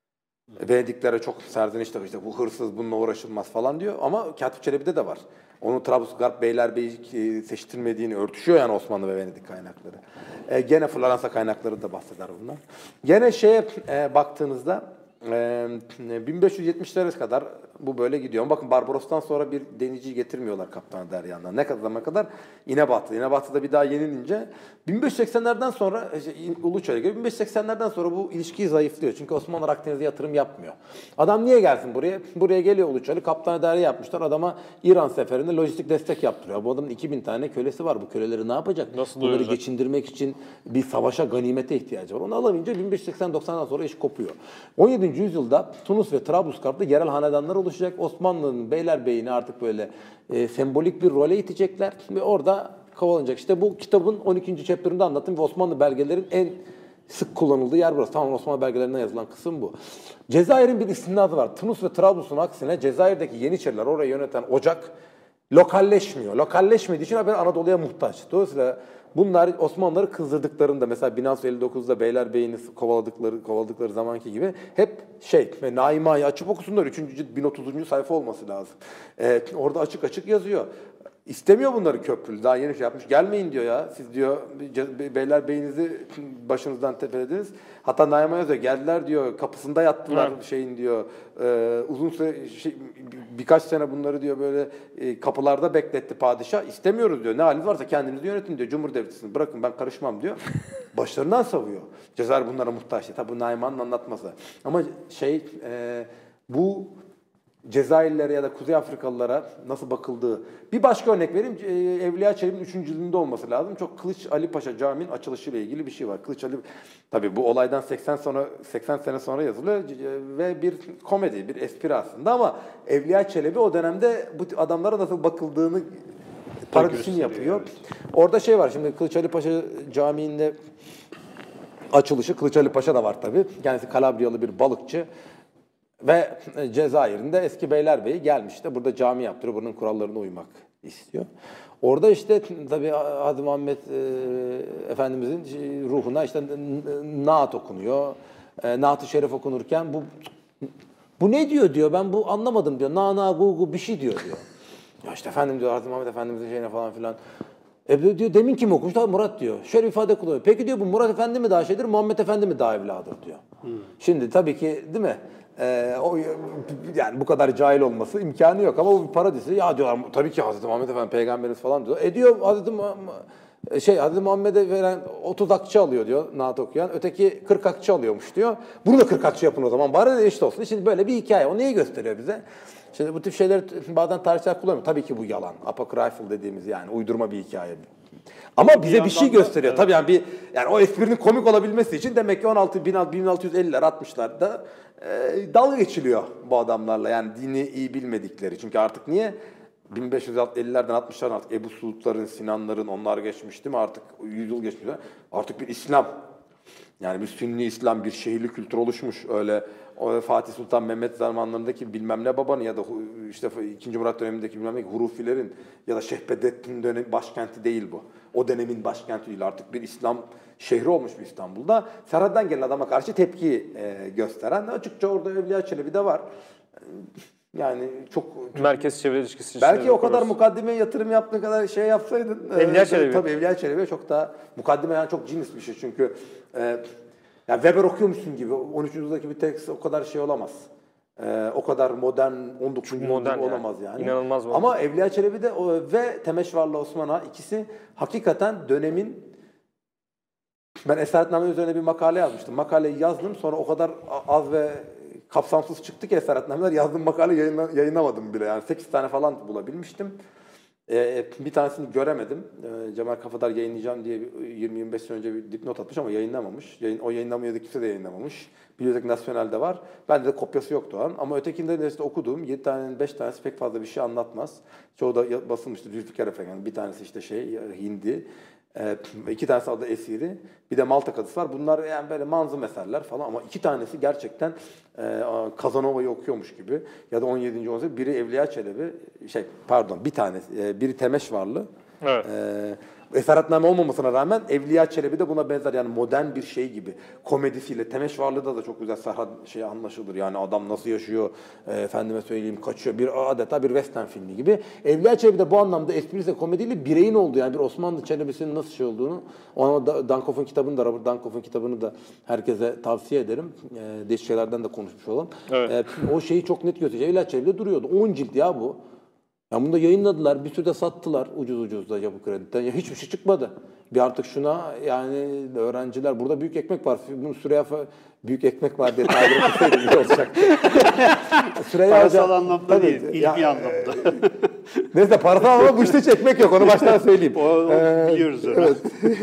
Venediklere çok serzeniş takıyor, işte bu hırsız, bununla uğraşılmaz falan diyor. Ama Katip Çelebi'de de var. Onun Trablusgarp Beylerbeyi seçtirmediğini örtüşüyor yani Osmanlı ve Venedik kaynakları. E, gene Floransa kaynakları da bahseder bunlar. Gene şeye e, baktığınızda e, bin beş yüz yetmişlere kadar bu böyle gidiyor. Ama bakın Barbaros'tan sonra bir denizciyi getirmiyorlar Kaptan Deryan'dan. Ne kadar zamana kadar? İnebatı. İnebatı'da bir daha yenilince bin beş yüz seksenlerden sonra şey, Uluçay'a göre bin beş yüz seksenlerden sonra bu ilişkiyi zayıflıyor. Çünkü Osmanlı Akdeniz'e yatırım yapmıyor. Adam niye gelsin buraya? Buraya geliyor Uluçay'ı. Kaptan Derya yapmışlar. Adama İran seferinde lojistik destek yaptırıyor. Bu adamın iki bin tane kölesi var. Bu köleleri ne yapacak? Nasıl Bunları doyuracak? geçindirmek için bir savaşa, ganimete ihtiyacı var. Onu alamayınca bin beş yüz seksen doksandan sonra iş kopuyor. on yedinci yüzyılda Tunus ve Trablusgarp'ta yerel hanedanlar oluşacak. Osmanlı'nın beylerbeyini artık böyle e, sembolik bir role itecekler ve orada kovalanacak. İşte bu kitabın on ikinci chapter'ında anlattım ve Osmanlı belgelerin en sık kullanıldığı yer burası. Tamam, Osmanlı belgelerinden yazılan kısım bu. Cezayir'in bir istinazı var. Tunus ve Trablus'un aksine Cezayir'deki Yeniçeriler, orayı yöneten ocak lokalleşmiyor. Lokalleşmediği için haber Anadolu'ya muhtaç. Dolayısıyla bunlar Osmanlıları kızdırdıklarında, mesela bin altı yüz elli dokuzda Beylerbeyi'ni kovaladıkları kovaladıkları zamanki gibi hep şey, Naima'yı açıp okusunlar. üçüncü cilt bin otuzuncu sayfa olması lazım. Ee, orada açık açık yazıyor. İstemiyor bunları köprülü. Daha yeni şey yapmış. Gelmeyin diyor ya. Siz diyor Beylerbeyi'nizi başınızdan tepelediniz. Hatta Naima yazıyor. Geldiler diyor. Kapısında yattılar evet. şeyin diyor. E, uzun süre şey, birkaç sene bunları diyor böyle e, kapılarda bekletti padişah. İstemiyoruz diyor. Ne haliniz varsa kendinizi yönetin diyor. Cumhur devletisiniz. Bırakın ben karışmam diyor. Başlarından savuyor. Cezayir bunlara muhtaç. Tabi bu Naima'nın anlatması. Ama şey e, bu Cezayirlilere ya da Kuzey Afrikalılara nasıl bakıldığı. Bir başka örnek vereyim. Evliya Çelebi'nin üçüncü cildinde olması lazım. Çok Kılıç Ali Paşa Camii'nin açılışıyla ilgili bir şey var. Kılıç Ali, tabii bu olaydan seksen sonra seksen sene sonra yazılıyor ve bir komedi, bir espri aslında, ama Evliya Çelebi o dönemde bu adamlara nasıl bakıldığını parodisini yapıyor. Evet. Orada şey var, şimdi Kılıç Ali Paşa Camii'nde açılışı, Kılıç Ali Paşa da var tabii. Kendisi Kalabriyalı bir balıkçı. Ve Cezayir'in de eski Beylerbeyi gelmiş, işte burada cami yaptırıyor, bunun kurallarına uymak istiyor. Orada işte tabii Hadi Muhammed e, Efendimizin ruhuna işte naat okunuyor. E, Naat-ı Şerif okunurken bu bu ne diyor diyor, ben bu anlamadım diyor. Na na gu gu bir şey diyor diyor. Ya işte efendim diyor, Hadi Muhammed Efendimizin şeyine falan filan. E diyor, demin kim okumuş? Tabii Murat diyor. Şöyle ifade kullanıyor. Peki diyor, bu Murat Efendi mi daha şeydir, Muhammed Efendi mi daha evladır diyor. Hmm. Şimdi tabii ki değil mi? Ee, o yani bu kadar cahil olması imkanı yok, ama bu bir parodisi. Ya diyorlar tabii ki Hazreti Muhammed Efendi peygamberimiz falan diyor. E diyor Hazreti Muhammed, şey Hazreti Muhammed'e veren otuz akçe alıyor diyor naat okuyan. Öteki kırk akçe alıyormuş diyor. Bunu da kırk akçe yapın o zaman. Bari de eşit olsun. Şimdi böyle bir hikaye. O neyi gösteriyor bize? Şimdi bu tip şeyleri bazen tarihçiler kullanıyor. Tabii ki bu yalan. Apocryphal dediğimiz yani uydurma bir hikaye. Ama bize bir, bir şey gösteriyor. Evet. Tabii yani bir yani o esprinin komik olabilmesi için demek ki on altı bin altı yüz elliler altmışlarda e, dalga geçiliyor bu adamlarla. Yani dini iyi bilmedikleri. Çünkü artık niye? bin beş yüz ellilerden altmışlardan artık Ebu Suudların, Sinanların, onlar geçmiş değil mi? Artık yüzyıl geçmiş. Artık bir İslam. Yani bir Sünni İslam, bir şehirli kültür oluşmuş. Öyle o Fatih Sultan Mehmet zamanlarındaki bilmem ne babanın ya da işte ikinci Murat dönemindeki bilmem ne Hurufilerin ya da Şehbedettin dönemi başkenti değil bu. O dönemin başkenti değil, artık bir İslam şehri olmuş bir İstanbul'da. Serhat'tan gelen adama karşı tepki e, gösteren, açıkça orada Evliya Çelebi de var. Yani çok merkez çevre ilişkisi. Belki o kadar mukaddimeye yatırım yaptığın kadar şey yapsaydın. Evliya Çelebi. Tabii Evliya Çelebi çok daha mukaddime, yani çok cins bir şey çünkü e, yani Weber okuyormuşsun gibi on üçüncü yüzyıldaki bir tekst o kadar şey olamaz. E, o kadar modern on dokuzuncu yüzyıl olamaz yani. İnanılmaz bu. Ama Evliya Çelebi de o, ve Temeşvarlı Osman Ağa, ikisi hakikaten dönemin. Ben Esaretname üzerine bir makale yazmıştım. Makaleyi yazdım, sonra o kadar az ve kapsamsız çıktı ki esaretnameler, yazdığım makale yayınla, yayınlamadım bile. Yani sekiz tane falan bulabilmiştim. Ee, bir tanesini göremedim. Ee, Cemal Kafadar yayınlayacağım diye yirmi yirmi beş sene önce bir dipnot atmış ama yayınlamamış. Yayın, o yayınlamıyordu, kimse de yayınlamamış. Bibliotek Nasyonel'de var. Bende de kopyası yoktu o an. Ama ötekinde de işte okuduğum yedi tanenin beş tanesi pek fazla bir şey anlatmaz. Çoğu da basılmıştı. Zülfikar Efendi. Yani bir tanesi işte şey Hindi. Ee, iki tanesi adı Esiri, bir de Malta Kadısı var. Bunlar yani böyle manzum eserler falan, ama iki tanesi gerçekten e, Kazanova'yı okuyormuş gibi. Ya da on yedinci yüzyıl, biri Evliya Çelebi, şey pardon bir tanesi, e, biri Temeşvarlı. Evet. E, esaretname olmamasına rağmen Evliya Çelebi de buna benzer yani modern bir şey gibi. Komedisiyle, Temeşvarlı'da da çok güzel Serhat şey anlaşılır. Yani adam nasıl yaşıyor, e, efendime söyleyeyim kaçıyor. Bir adeta bir western filmi gibi. Evliya Çelebi de bu anlamda esprisiyle, komediyle bireyin olduğu yani bir Osmanlı Çelebi'sinin nasıl şey olduğunu. Ona da Dankoff'un kitabını da, Robert Dankoff'un kitabını da herkese tavsiye ederim. E, değişik şeylerden de konuşmuş olalım. Evet. E, o şeyi çok net gösteriyor. Evliya Çelebi'de duruyordu. on cilt ya bu. Ya bunu da yayınladılar, bir sürü de sattılar ucuz ucuz da Yapı Kredi'den. Ya hiçbir şey çıkmadı. Bir artık şuna yani öğrenciler burada büyük ekmek var. Bunun Süreyya büyük ekmek var diye tabir etseydim iyi olacak. Süreyya parasal anlamda değil, ilmi ya, anlamda. Neyse parasal ama bu işte hiç ekmek yok. Onu baştan söyleyeyim. O, o ee, biliyoruz onu. Evet.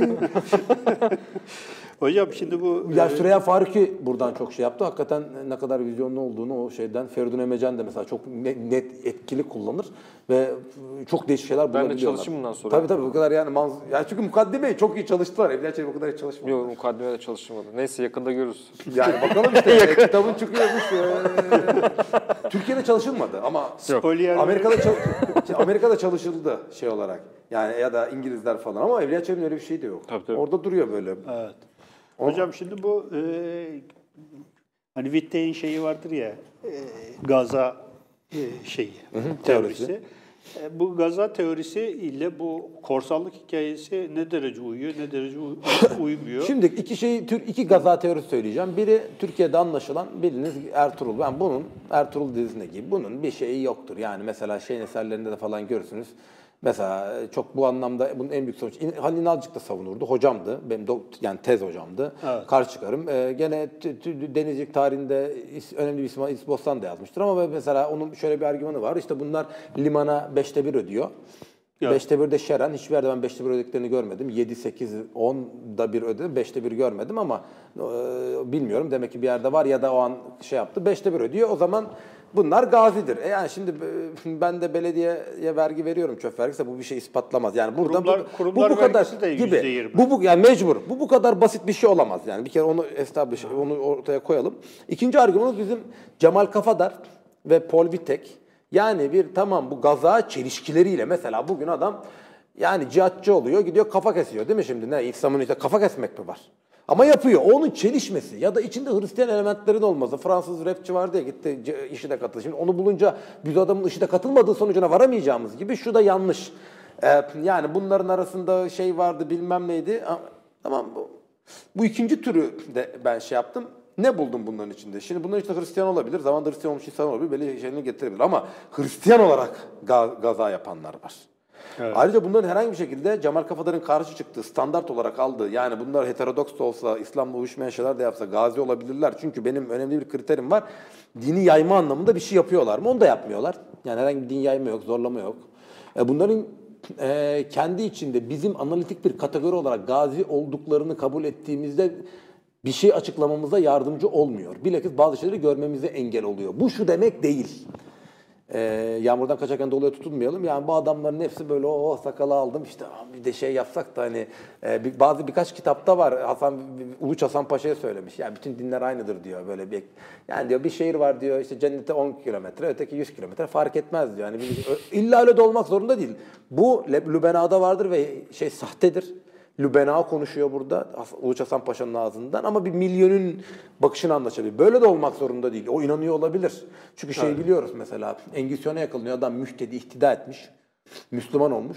Hocam şimdi bu... Ya Süreyya Faruki buradan çok şey yaptı. Hakikaten ne kadar vizyonlu olduğunu o şeyden. Feridun Emecen de mesela çok net, etkili kullanır. Ve çok değişik şeyler bulabiliyorlar. Ben de çalışayım bundan sonra. Tabii tabii bu kadar yani. Manz- yani çünkü mukaddimeyi çok iyi çalıştılar. Evliya Çelebi o kadar hiç çalışmadı. Yok mukaddimede çalışmadı. Neyse yakında görürüz. Yani bakalım işte kitabın çıkıyormuş. Türkiye'de çalışılmadı ama Amerika'da çal- Amerika'da çalışıldı şey olarak. Yani ya da İngilizler falan ama Evliya Çelebi'nin öyle bir şey de yok. Tabii, tabii. Orada duruyor böyle. Evet. Hocam şimdi bu e, hani Wittgen'in şeyi vardır ya e, Gaza e, şeyi hı hı, teorisi. teorisi. E, bu Gaza teorisi ile bu korsanlık hikayesi ne derece uyuyor, ne derece uy- uymuyor? Şimdi iki şey tür iki Gaza teorisi söyleyeceğim. Biri Türkiye'de anlaşılan bildiğiniz Ertuğrul. Ben bunun Ertuğrul dizisindeki bunun bir şeyi yoktur. Yani mesela şeyin eserlerinde de falan görürsünüz. Mesela çok bu anlamda bunun en büyük sonuç Halil İnalcık da savunurdu. Hocamdı. Benim doktor, yani tez hocamdı. Evet. Karşı çıkarım. Ee, gene t- t- denizcilik tarihinde önemli bir isim İsmail Bostan da yazmıştır ama mesela onun şöyle bir argümanı var. İşte bunlar limana beşte bir ödüyor. Evet. Beşte bir de şeren. Hiçbir yerde ben beşte bir ödediklerini görmedim. Yedi, sekiz, on da bir ödedim. Beşte bir görmedim ama e, bilmiyorum. Demek ki bir yerde var ya da o an şey yaptı. Beşte bir ödüyor. O zaman bunlar gazidir. E yani şimdi ben de belediyeye vergi veriyorum, çöp vergisi, bu bir şey ispatlamaz. Yani burada kurumlar, bu, kurumlar bu bu kadar gibi. Bu bu yani mecbur. Bu bu kadar basit bir şey olamaz. Yani bir kere onu establish, onu ortaya koyalım. İkinci argümanımız bizim Cemal Kafadar ve Paul Vitek. Yani bir tamam bu gaza çelişkileriyle mesela bugün adam yani cihatçı oluyor, gidiyor kafa kesiyor değil mi şimdi? Ne İslam'ın işte kafa kesmek mi var? Ama yapıyor. Onun çelişmesi ya da içinde Hristiyan elementlerin olması. Fransız rapçi vardı ya gitti IŞİD'e katıldı. Şimdi onu bulunca biz adamın IŞİD'e katılmadığı sonucuna varamayacağımız gibi şu da yanlış. Ee, yani bunların arasında şey vardı bilmem neydi. Tamam bu. Bu ikinci türü de ben şey yaptım. Ne buldum bunların içinde? Şimdi bunların içinde Hristiyan olabilir. Zamanında Hristiyan olmuş insan olabilir. Belli şeylerini getirebilir. Ama Hristiyan olarak ga- gaza yapanlar var. Evet. Ayrıca bunların herhangi bir şekilde Cemal Kafadar'ın karşı çıktığı, standart olarak aldığı, yani bunlar heterodoks da olsa, İslam'la uyuşmayan şeyler de yapsa gazi olabilirler. Çünkü benim önemli bir kriterim var. Dini yayma anlamında bir şey yapıyorlar mı? Onu da yapmıyorlar. Yani herhangi bir din yayma yok, zorlama yok. Bunların e, kendi içinde bizim analitik bir kategori olarak gazi olduklarını kabul ettiğimizde bir şey açıklamamıza yardımcı olmuyor. Bilakis bazı şeyleri görmemize engel oluyor. Bu şu demek değil. Ee, yağmurdan kaçarken doluya tutulmayalım. Yani bu adamların hepsi böyle o sakalı aldım işte bir de şey yapsak da hani e, bir, bazı birkaç kitapta var. Hasan Uluç Hasan Paşa'ya söylemiş. Yani bütün dinler aynıdır diyor böyle bir. Yani diyor bir şehir var diyor işte cennete on kilometre, öteki yüz kilometre fark etmez diyor. Yani bir, illa öyle de olmak zorunda değil. Bu Lübena'da vardır ve şey sahtedir. Lübena konuşuyor burada Uluç Hasan Paşa'nın ağzından ama bir milyonun bakışını anlaşabilir. Böyle de olmak zorunda değil. O inanıyor olabilir. Çünkü şey evet. biliyoruz mesela Engizisyon'a yakılıyor. Adam müştedi ihtida etmiş. Müslüman olmuş.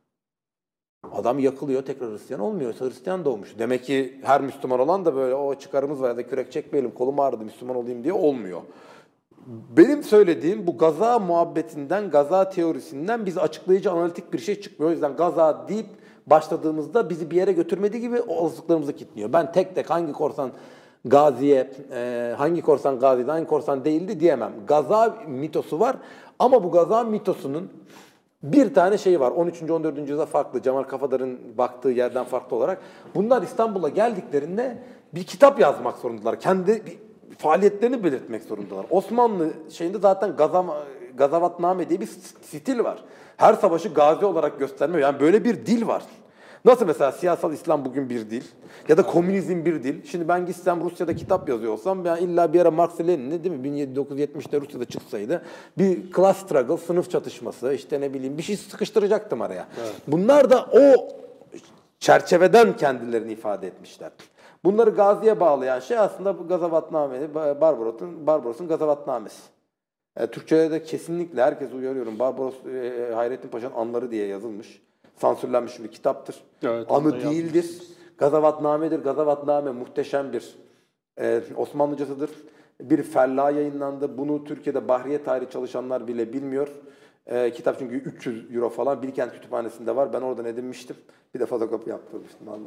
Adam yakılıyor tekrar Hristiyan olmuyor. Hristiyan doğmuş. Demek ki her Müslüman olan da böyle o çıkarımız var ya da kürek çekmeyelim kolum ağrıdı Müslüman olayım diye olmuyor. Benim söylediğim bu gaza muhabbetinden, gaza teorisinden bize açıklayıcı analitik bir şey çıkmıyor. O yüzden gaza deyip başladığımızda bizi bir yere götürmediği gibi olasılıklarımızı kilitliyor. Ben tek tek hangi korsan gaziye, e, hangi korsan gaziydi, hangi korsan değildi diyemem. Gaza mitosu var ama bu gaza mitosunun bir tane şeyi var. on üçüncü on dördüncü yüzyılda farklı. Cemal Kafadar'ın baktığı yerden farklı olarak. Bunlar İstanbul'a geldiklerinde bir kitap yazmak zorundalar. Kendi bir faaliyetlerini belirtmek zorundalar. Osmanlı şeyinde zaten Gazam, Gazavatname diye bir stil var. Her savaşı gazi olarak göstermiyor. Yani böyle bir dil var. Nasıl mesela siyasal İslam bugün bir dil ya da komünizm bir dil. Şimdi ben gitsem Rusya'da kitap yazıyor olsam ben illa bir ara Marx Lenin'i değil mi bin dokuz yüz yetmişte Rusya'da çıksaydı bir class struggle, sınıf çatışması işte ne bileyim bir şey sıkıştıracaktım araya. Evet. Bunlar da o çerçeveden kendilerini ifade etmişler. Bunları Gazi'ye bağlayan şey aslında bu Gazavatname, Barbaros'un Barbaros'un Gazavatnamesi. E, Türkçe'de de kesinlikle herkes uyarıyorum. Barbaros e, Hayrettin Paşa'nın anları diye yazılmış. Sansürlenmiş bir kitaptır. Evet, Anı da değildir. Gazavatname'dir. Gazavatname muhteşem bir e, Osmanlıcasıdır. Bir ferla yayınlandı. Bunu Türkiye'de bahriye tarihi çalışanlar bile bilmiyor. E, kitap çünkü üç yüz euro falan Bilkent Kütüphanesi'nde var. Ben oradan edinmiştim. Bir de fotokopi yaptırmıştım Allah.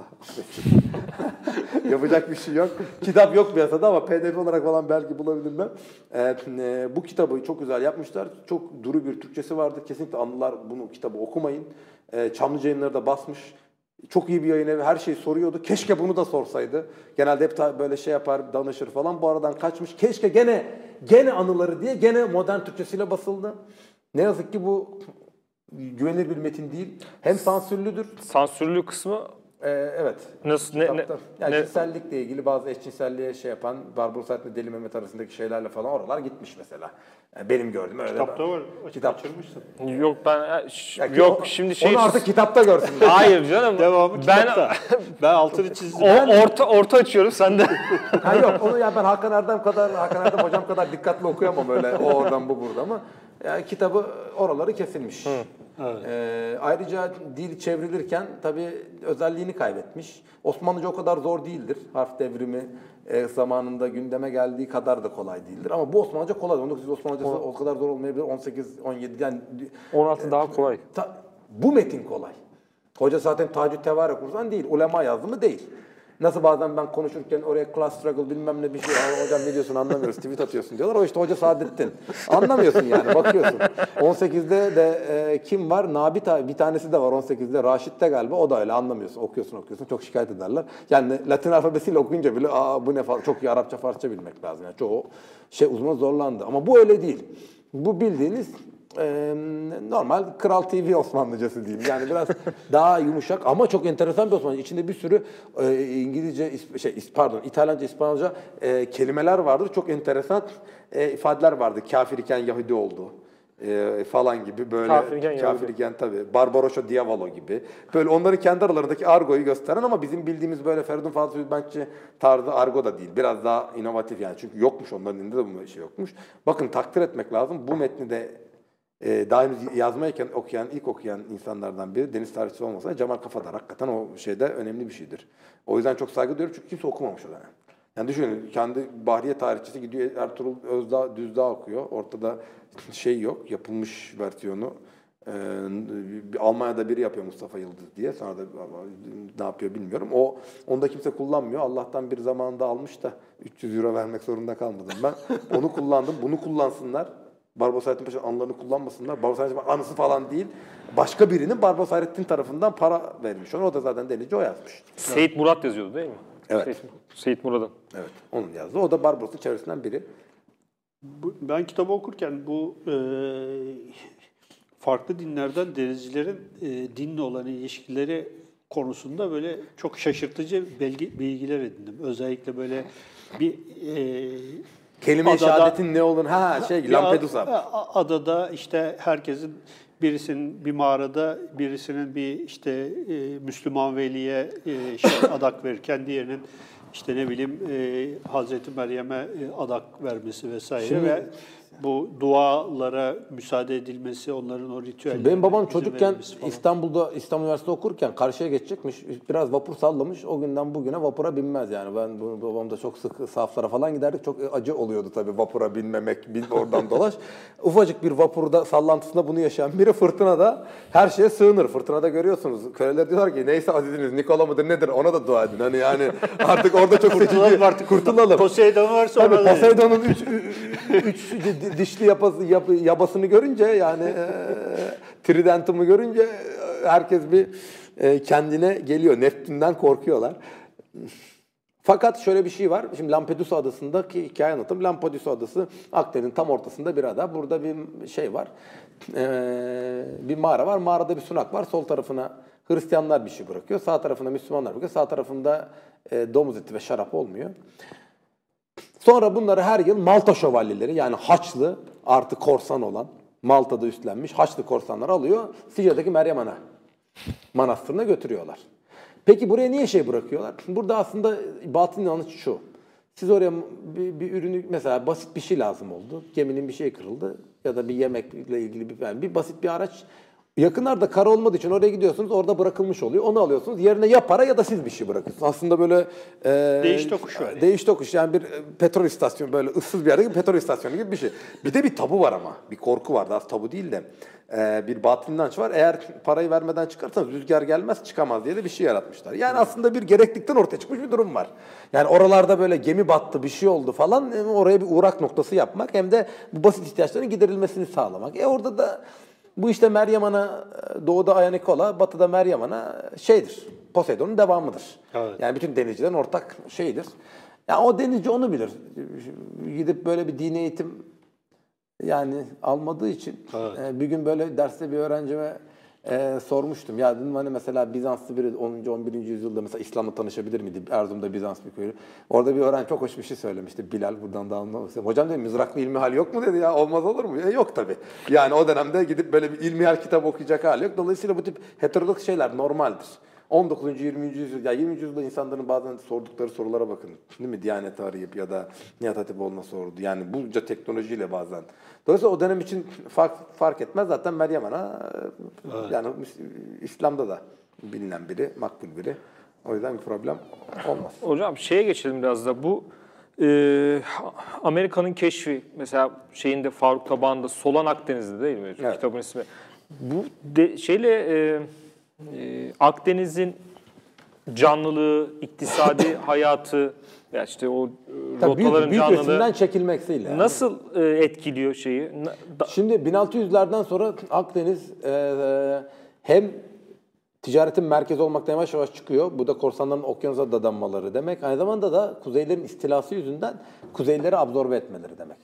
Yapacak bir şey yok. Kitap yok piyasada ama P D F olarak falan belki bulabilirim ben. Evet, e, bu kitabı çok güzel yapmışlar. Çok duru bir Türkçesi vardı. Kesinlikle anılar bunu kitabı okumayın. E, Çamlıca Yayınları da basmış. Çok iyi bir yayın evi. Her şeyi soruyordu. Keşke bunu da sorsaydı. Genelde hep böyle şey yapar, danışır falan. Bu aradan kaçmış. Keşke gene gene anıları diye gene modern Türkçesiyle basıldı. Ne yazık ki bu güvenilir bir metin değil. Hem sansürlüdür. Sansürlü kısmı Ee, evet. nasıl ne, ne, yani ne? cinsellikle ilgili bazı eşcinselliğe şey yapan Barbaros Hayrettin Deli Mehmet arasındaki şeylerle falan oralar gitmiş mesela. Yani benim gördüğüm öyle. Kitapta var. Kitap. Kaçırmışsın. Yok ben ş- Ya ki yok o- şimdi şey Onu artık kitapta görsünler. Hayır canım. Devamı ben kitapta. Ben altını çizdim. o, orta orta açıyorum sen de. Ha yok onu ya ben Hakan Erdem kadar Hakan Erdem hocam kadar dikkatli okuyamam öyle o oradan bu burada ama yani kitabı oraları kesilmiş. Hı. Evet. Ee, ayrıca dil çevrilirken tabii özelliğini kaybetmiş. Osmanlıca o kadar zor değildir. Harf devrimi e, zamanında gündeme geldiği kadar da kolay değildir. Ama bu Osmanlıca kolay. on dokuz yüz Osmanlıcası o kadar zor olmayabilir. on sekiz on yedi yani on altı daha kolay. ta, bu metin kolay. Hoca zaten Tacü Tevare kursan değil. Ulema yazdı mı değil. Nasıl bazen ben konuşurken oraya class struggle bilmem ne bir şey. Hocam ne diyorsun anlamıyoruz. Tweet atıyorsun diyorlar. O işte Hoca Saadettin. Anlamıyorsun yani bakıyorsun. on sekizde de e, kim var? Nabi bir tanesi de var on sekizde. Raşit'te galiba. O da öyle anlamıyorsun. Okuyorsun okuyorsun. Çok şikayet ederler. Yani Latin alfabesiyle okuyunca bile aa bu ne falan. Çok iyi Arapça Farsça bilmek lazım. Yani çoğu şey uzman zorlandı. Ama bu öyle değil. Bu bildiğiniz Ee, normal Kral T V Osmanlıcası diyeyim. Yani biraz daha yumuşak ama çok enteresan bir Osmanlıca. İçinde bir sürü e, İngilizce, is, şey pardon, İtalyanca, İspanyolca e, kelimeler vardır. Çok enteresan e, ifadeler vardı. Kafir iken Yahudi oldu. E, falan gibi böyle Kafirken kafirken tabii Barbaros'a Diavolo gibi böyle onların kendi aralarındaki argoyu gösteren ama bizim bildiğimiz böyle Feridun Fazıl Tülbentçi tarzı argo da değil. Biraz daha inovatif yani çünkü yokmuş onların elinde de bu şey yokmuş. Bakın takdir etmek lazım. Bu metni de Ee, daha henüz yazmayken okuyan, ilk okuyan insanlardan biri deniz tarihçisi olmasa Cemal Kafadar. Hakikaten o şeyde önemli bir şeydir. O yüzden çok saygı duyuyorum çünkü kimse okumamış o dönem. Yani düşünün kendi bahriye tarihçisi gidiyor Ertuğrul Özdağ, Düzdağ okuyor. Ortada şey yok, yapılmış versiyonu. Ee, Almanya'da biri yapıyor Mustafa Yıldız diye. Sonra da ne yapıyor bilmiyorum. O onu da kimse kullanmıyor. Allah'tan bir zamanında almış da üç yüz euro vermek zorunda kalmadım ben. Onu kullandım. Bunu kullansınlar. Barbaros Hayrettin Paşa'nın anılarını kullanmasınlar. Barbaros Hayrettin Paşa anısı falan değil. Başka birinin Barbaros Hayrettin tarafından para vermiş. Onu o da zaten Denizci o yazmış. Seyit Murat yazıyordu değil mi? Evet. Seyit, Seyit Murat'ın. Evet. Onun yazdı. O da Barbaros'un çevresinden biri. Bu, ben kitabı okurken bu e, farklı dinlerden denizcilerin e, dinle olan ilişkileri konusunda böyle çok şaşırtıcı bilgi, bilgiler edindim. Özellikle böyle bir e, Kelime-i adada, şehadetin ne olduğunu ha şey Lampedusa. Adada işte herkesin birisinin bir mağarada birisinin bir işte e, Müslüman veliye e, şey, adak verirken diğerinin işte ne bileyim e, Hazreti Meryem'e e, adak vermesi vesaire Şimdi, ve bu dualara müsaade edilmesi, onların o ritüellerine benim babam izin çocukken verilmesi falan. İstanbul'da İstanbul Üniversitesi okurken karşıya geçecekmiş. Biraz vapur sallamış. O günden bugüne vapura binmez yani. Ben bu- babam da çok sık saflara falan giderdik. Çok acı oluyordu tabii vapura binmemek, bin oradan dolaş. Ufacık bir vapurda sallantısında bunu yaşayan biri fırtınada her şeye sığınır. Fırtınada görüyorsunuz. Köleler diyorlar ki neyse aziziniz Nikola mıdır nedir ona da dua edin. Hani yani artık orada çok seçici. Kurtulalım artık. Kurtulalım. Poseidon varsa Tabii ona da- Poseidon'un üç, üç di- dişli yapası, yapı, yabasını görünce yani e, tridentum'u görünce e, herkes bir e, kendine geliyor. Neptün'den korkuyorlar. Fakat şöyle bir şey var. Şimdi Lampedusa adasındaki hikaye anlatayım. Lampedusa adası Akdeniz'in tam ortasında bir ada. Burada bir şey var. Ee, bir mağara var. Mağarada bir sunak var. Sol tarafına Hristiyanlar bir şey bırakıyor. Sağ tarafına Müslümanlar bırakıyor. Sağ tarafında e, domuz eti ve şarap olmuyor. Sonra bunları her yıl Malta şövalyeleri yani Haçlı artı korsan olan Malta'da üstlenmiş Haçlı korsanlar alıyor. Sicil'deki Meryem Ana Manastırı'na götürüyorlar. Peki buraya niye şey bırakıyorlar? Burada aslında batın inanış şu. Siz oraya bir, bir ürünü mesela basit bir şey lazım oldu. Geminin bir şey kırıldı ya da bir yemekle ilgili bir yani bir basit bir araç. Yakınlarda kara olmadığı için oraya gidiyorsunuz, orada bırakılmış oluyor. Onu alıyorsunuz. Yerine ya para ya da siz bir şey bırakıyorsunuz. Aslında böyle e, Değiş tokuş var. Değiş tokuş yani bir petrol istasyonu, böyle ıssız bir yerde bir petrol istasyonu gibi bir şey. Bir de bir tabu var ama. Bir korku var. Daha tabu değil de e, bir batıl inanç var. Eğer parayı vermeden çıkarsanız rüzgar gelmez, çıkamaz diye de bir şey yaratmışlar. Yani aslında bir gereklilikten ortaya çıkmış bir durum var. Yani oralarda böyle gemi battı, bir şey oldu falan, oraya bir uğrak noktası yapmak hem de bu basit ihtiyaçların giderilmesini sağlamak. E orada da bu işte Meryem Ana, doğuda Aya Nikola, batıda Meryem Ana şeydir, Poseidon'un devamıdır. Evet. Yani bütün denizcilerin ortak şeyidir. Yani o denizci onu bilir. Gidip böyle bir dini eğitim yani almadığı için evet. Bir gün böyle derste bir öğrencime e, sormuştum. Ya dedim hani mesela Bizanslı biri onuncu on birinci yüzyılda mesela İslam'la tanışabilir miydi? Erzurum'da Bizans bir köyü. Orada bir öğrenci çok hoş bir şey söylemişti. Bilal buradan da anlamıştım. Hocam dedi mızraklı ilmihal yok mu dedi ya. Olmaz olur mu? E, yok tabii. Yani o dönemde gidip böyle bir ilmihal kitap okuyacak hali yok. Dolayısıyla bu tip heterodoks şeyler normaldir. on dokuzuncu yirminci yüzyıl, ya yirminci yüzyılda insanların bazen sordukları sorulara bakın. Değil mi? Diyanet'i arayıp ya da Nihat Hatipoğlu'na sordu. Yani bunca teknolojiyle bazen. Dolayısıyla o dönem için fark, fark etmez. Zaten Meryem Ana evet. Yani İslam'da da bilinen biri, makbul biri. O yüzden bir problem olmaz. Hocam şeye geçelim biraz da. Bu e, Amerika'nın keşfi mesela şeyinde Faruk Tabağı'nda Solan Akdeniz'de değil mi? Evet. Kitabın ismi. Bu de, şeyle e, e, Akdeniz'in canlılığı, iktisadi hayatı ya işte o tabii rotaların büyük, büyük canlılığı çekilmesiyle. Yani. Nasıl e, etkiliyor şeyi? Şimdi bin altı yüzlerden sonra Akdeniz e, hem ticaretin merkezi olmaktan yavaş yavaş çıkıyor. Bu da korsanların okyanusa dadanmaları demek. Aynı zamanda da kuzeylerin istilası yüzünden kuzeyleri absorbe etmeleri demek.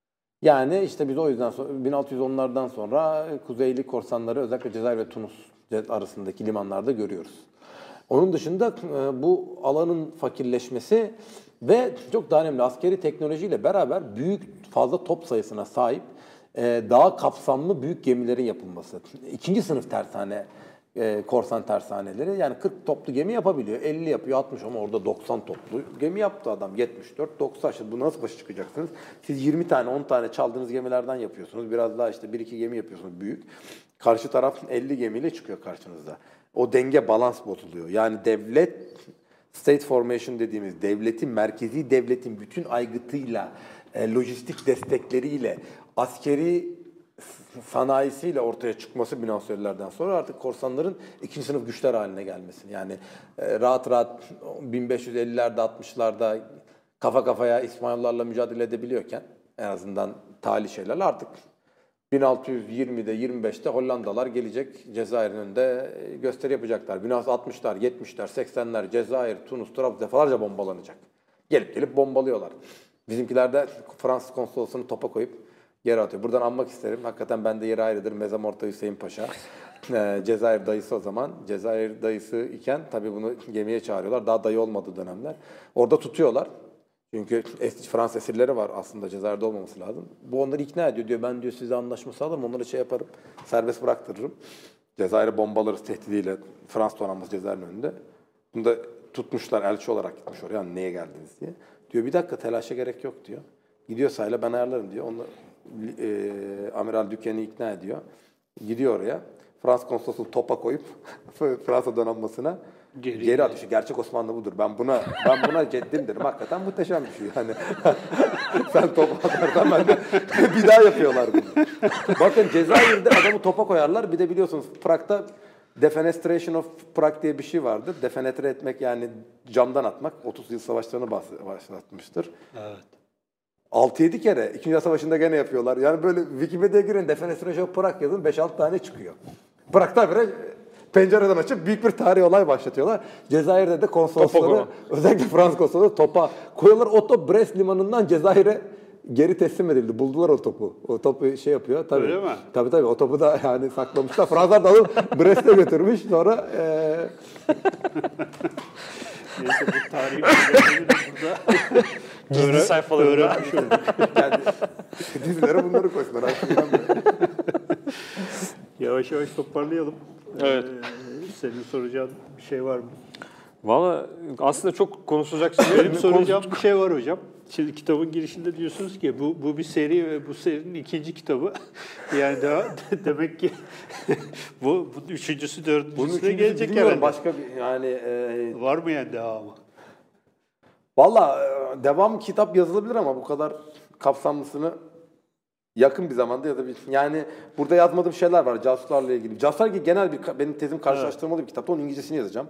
Yani işte biz o yüzden sonra, bin altı yüz onlardan sonra kuzeyli korsanları özellikle Cezayir ve Tunus arasındaki limanlarda görüyoruz. Onun dışında bu alanın fakirleşmesi ve çok daha önemli askeri teknolojiyle beraber büyük fazla top sayısına sahip daha kapsamlı büyük gemilerin yapılması. İkinci sınıf tersane, korsan tersaneleri yani kırk toplu gemi yapabiliyor. elli yapıyor, altmış ama orada doksan toplu gemi yaptı adam. yetmiş dört, doksan. Şimdi bu nasıl başa çıkacaksınız? Siz yirmi tane, on tane çaldığınız gemilerden yapıyorsunuz. Biraz daha işte bir iki gemi yapıyorsunuz büyük. Karşı taraf elli gemiyle çıkıyor karşınızda. O denge, balans bozuluyor. Yani devlet, state formation dediğimiz devletin, merkezi devletin bütün aygıtıyla, e, lojistik destekleriyle, askeri sanayisiyle ortaya çıkması bin altı yüzlerden sonra artık korsanların ikinci sınıf güçler haline gelmesini. Yani e, rahat rahat bin beş yüz ellilerde, altmışlarda kafa kafaya İspanyollarla mücadele edebiliyorken en azından tali şeylerle artık bin altı yüz yirmide, yirmi beşte Hollandalar gelecek Cezayir'in önünde gösteri yapacaklar. bin altı yüz altmışlar, yetmişler, seksenler Cezayir, Tunus, Trablus defalarca bombalanacak. Gelip gelip bombalıyorlar. Bizimkiler de Fransız konsolosunu topa koyup geri atıyor. Buradan anmak isterim. Hakikaten bende yeri ayrıdır. Mezamorta Hüseyin Paşa. Ee, Cezayir dayısı o zaman. Cezayir dayısı iken tabii bunu gemiye çağırıyorlar. Daha dayı olmadığı dönemler. Orada tutuyorlar. Çünkü Fransız esirleri var aslında Cezayir'de olmaması lazım. Bu onları ikna ediyor. Diyor ben diyor size anlaşma sağlarım. Onları şey yaparım. Serbest bıraktırırım. Cezayir'e bombalarız tehdidiyle Fransız donanması Cezayir'in önünde. Bunu da tutmuşlar. Elçi olarak gitmiş oraya. Yani neye geldiniz diye. Diyor bir dakika telaşa gerek yok diyor. Gidiyor sahile ben ayarlarım diyor. Onu e, Amiral Duquesne'i ikna ediyor. Gidiyor oraya. Fransız konsolosu topa koyup Fransa donanmasına geri, geri atıyor. Gerçek Osmanlı budur. Ben buna ben buna ceddim derim. Hakikaten muhteşem bir şey. Yani sen topa atarsan ben de bir daha yapıyorlar bunu. Bakın Cezayir'de adamı topa koyarlar. Bir de biliyorsunuz Prag'da defenestration of Prague diye bir şey vardır. Defenetre etmek yani camdan atmak. otuz yıl savaşlarını başlatmıştır. Evet. altı yedi kere. İkinci Dünya Savaşı'nda gene yapıyorlar. Yani böyle Wikipedia'ya girin, Defenestration of Prague yazın, beş altı tane çıkıyor. Prag'da bile pencereden açıp büyük bir tarihi olay başlatıyorlar. Cezayir'de de konsolosları, özellikle Fransız konsolosları topa koyuyorlar. O top Brest limanından Cezayir'e geri teslim edildi. Buldular o topu. O topu şey yapıyor. Tabii, öyle mi? Tabii tabii. O topu da yani saklamışlar. Fransızlar da alıp Brest'e götürmüş. Sonra ee... neyse bu tarihi burada gizli sayfaları öğrenmiş olduk. Yani dizilere bunları koysunlar. Yavaş yavaş toparlayalım. Evet. Ee, senin soracağın bir şey var mı? Valla aslında çok konuşulacak şey. Benim soracağım bir şey var hocam. Şimdi kitabın girişinde diyorsunuz ki bu bu bir seri ve bu serinin ikinci kitabı. Yani daha demek ki bu, bu üçüncüsü, dördüncüsü de gelecek herhalde. Başka bir yani e, Var mı yani devamı? valla e, devam kitap yazılabilir ama bu kadar kapsamlısını yakın bir zamanda ya da bir yani burada yazmadığım şeyler var casuslarla ilgili. Casuslarla ilgili genel bir benim tezim karşılaştırmalı bir kitapta. Onun İngilizcesini yazacağım.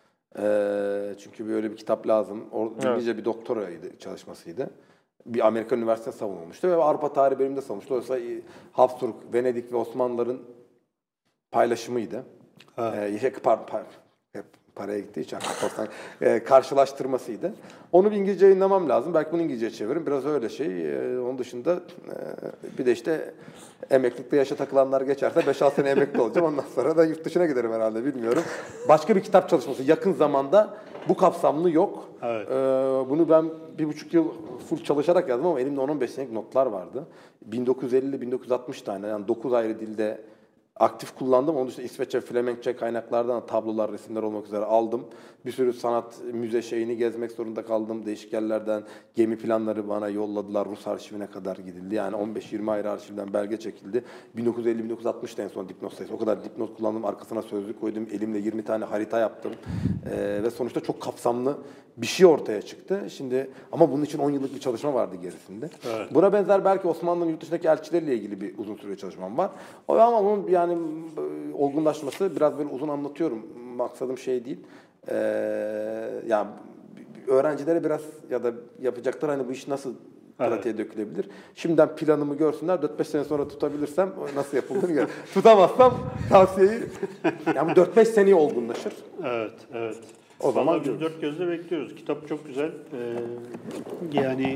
Ee, çünkü böyle bir kitap lazım. O, Evet. İngilizce bir doktoraydı, çalışmasıydı. Bir Amerikan Üniversitesi savunulmuştu ve Avrupa tarihi bölümünde savunmuştu. Dolayısıyla Habsburg, Venedik ve Osmanlıların paylaşımıydı. Ee, şey, par, par, hep paraya gittiği için e, karşılaştırmasıydı. Onu bir İngilizce yayınlamam lazım. Belki bunu İngilizce çeviririm. Biraz öyle şey. E, onun dışında e, bir de işte emeklilikte yaşa takılanlar geçerse beş altı sene emekli olacağım. Ondan sonra da yurt dışına giderim herhalde, bilmiyorum. Başka bir kitap çalışması yakın zamanda bu kapsamlı yok. Evet. Ee, bunu ben bir buçuk yıl full çalışarak yazdım ama elimde on on beş senelik notlar vardı. bin dokuz yüz elli bin dokuz yüz altmış tane, yani dokuz ayrı dilde aktif kullandım. Onun dışında İsveççe, Flemenkçe kaynaklardan tablolar, resimler olmak üzere aldım. Bir sürü sanat müze şeyini gezmek zorunda kaldım. Değişik yerlerden gemi planları bana yolladılar. Rus arşivine kadar gidildi. Yani on beş yirmi ayrı arşivden belge çekildi. bin dokuz yüz elli bin dokuz yüz altmışta en son dipnot sayısı. O kadar dipnot kullandım. Arkasına sözlük koydum. Elimle yirmi tane harita yaptım. Ee, ve sonuçta çok kapsamlı bir şey ortaya çıktı. Şimdi ama bunun için on yıllık bir çalışma vardı gerisinde. Evet. Buna benzer belki Osmanlı'nın yurt dışındaki elçileriyle ilgili bir uzun süre çalışmam var. O ama onun yani olgunlaşması biraz böyle uzun anlatıyorum. Maksadım şey değil. Ee, yani öğrencilere biraz ya da yapacaklar hani bu iş nasıl pratiğe dökülebilir. Şimdiden planımı görsünler. dört beş sene sonra tutabilirsem nasıl yapılır ya. Tutamazsam tavsiyeyi yani dört beş seneye olgunlaşır. Evet, evet. O zaman Vallahi biz dört gözle bekliyoruz. Kitap çok güzel. Ee, yani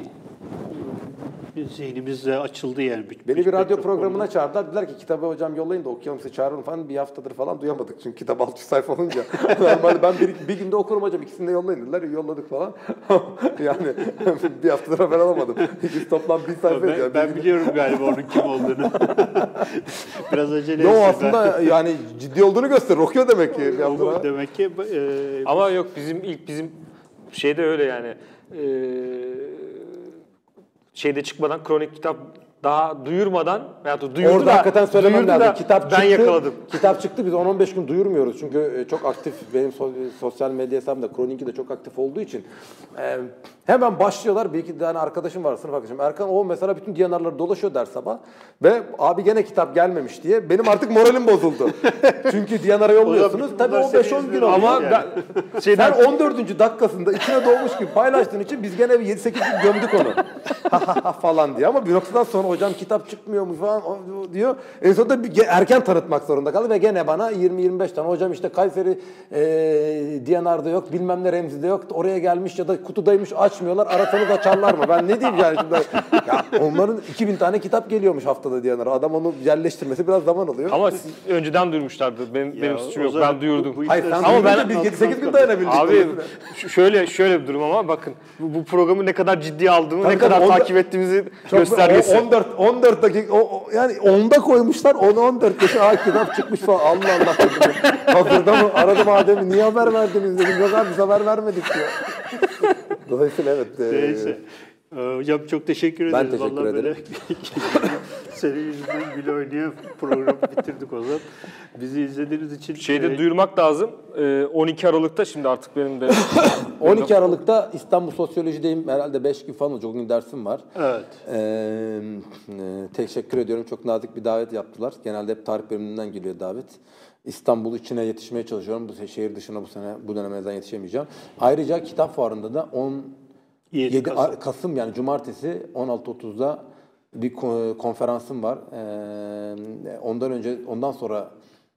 zihnimiz de açıldı yani. Beni bir radyo programına çağırdılar. Dediler ki kitabı hocam yollayın da okuyalım, size çağırın falan. Bir haftadır falan duyamadık. Çünkü kitap altı yüz sayfa olunca. Normalde ben bir, bir günde okurum hocam, ikisini de yollayın dediler. Yolladık falan. Yani bir haftadır haber alamadım. Biz toplam bir sayfa. Ben, yani. ben biliyorum galiba onun kim olduğunu. Biraz acele Yo etsin. aslında yani ciddi olduğunu gösterir. Okuyor demek ki. Bir Bu haftada. demek ki e, Ama yok, bizim ilk bizim şeyde öyle yani. Ee, şeyde çıkmadan kronik kitap daha duyurmadan veya da duyurdu Orada da, hakikaten söylemem duyurdu lazım. da Kitap ben çıktı, yakaladım. Kitap çıktı, biz on on beş gün duyurmuyoruz. Çünkü çok aktif, benim sosyal medya hesabımda Kronik'i de çok aktif olduğu için e, hemen başlıyorlar. Bir iki tane arkadaşım var, sınıf arkadaşım. Erkan o mesela bütün D N R'ları dolaşıyor der sabah ve abi gene kitap gelmemiş diye benim artık moralim bozuldu. Çünkü D N R'a yolluyorsunuz. Tabii on beş on gün oluyor. Ama yani. ben, şeyden, Sen on dördüncü dakikasında içine doğmuş gibi paylaştığın için biz gene bir yedi sekiz gün gömdük onu. falan diye. Ama bir noktadan sonra hocam kitap çıkmıyor mu falan diyor. En sonunda bir erken tanıtmak zorunda kaldı ve gene bana yirmi yirmi beş tane hocam işte Kayseri e, D N R'da yok, bilmem ne Remzi'de yok, oraya gelmiş ya da kutudaymış, açmıyorlar, arasanız açarlar mı? Ben ne diyeyim yani şimdi? Ya onların iki bin tane kitap geliyormuş haftada D N R'a. Adam onu yerleştirmesi biraz zaman alıyor. ama siz önceden duyurmuşlardı. Benim, Ya benim o suçum yok. zaman Ben duyurdum. bu- bu Hayır işler- sen Ama ben- duyurunca biz yedi sekiz gün dayanabildik. Abi ş- şöyle şöyle bir durum ama bakın bu, bu programı ne kadar ciddiye aldığımı, Tabii ne tabii, kadar onda- takip ettiğimizi Çok- göstergesi. o on dört on dört dakika o, o- yani onda koymuşlar, onu on dört dakika aa kitap çıkmış falan. Allah Allah dedim. Hazırda mı? Aradım Adem'i. Niye haber verdiniz dedim. Yok abi biz haber vermedik diyor. Dolayısıyla evet. E, Neyse. Ee, Hocam çok teşekkür Ben ederiz. teşekkür Vallahi ederim. böyle senin yüzünden güle oynaya programı bitirdik o zaman. Bizi izlediğiniz için Şeyde e, duyurmak lazım. Ee, on iki Aralık'ta şimdi artık benim de on iki Aralık'ta İstanbul Sosyoloji'deyim. Herhalde beş gün falan olacak. O gün dersim var. Evet. Ee, e, teşekkür ediyorum. Çok nazik bir davet yaptılar. Genelde hep tarih bölümünden geliyor davet. İstanbul içine yetişmeye çalışıyorum. Bu şehir dışına bu sene bu dönemden yetişemeyeceğim. Ayrıca kitap fuarında da on yedi yedi Kasım. Kasım yani cumartesi on altı otuzda bir ko- konferansım var. Ee, ondan önce ondan sonra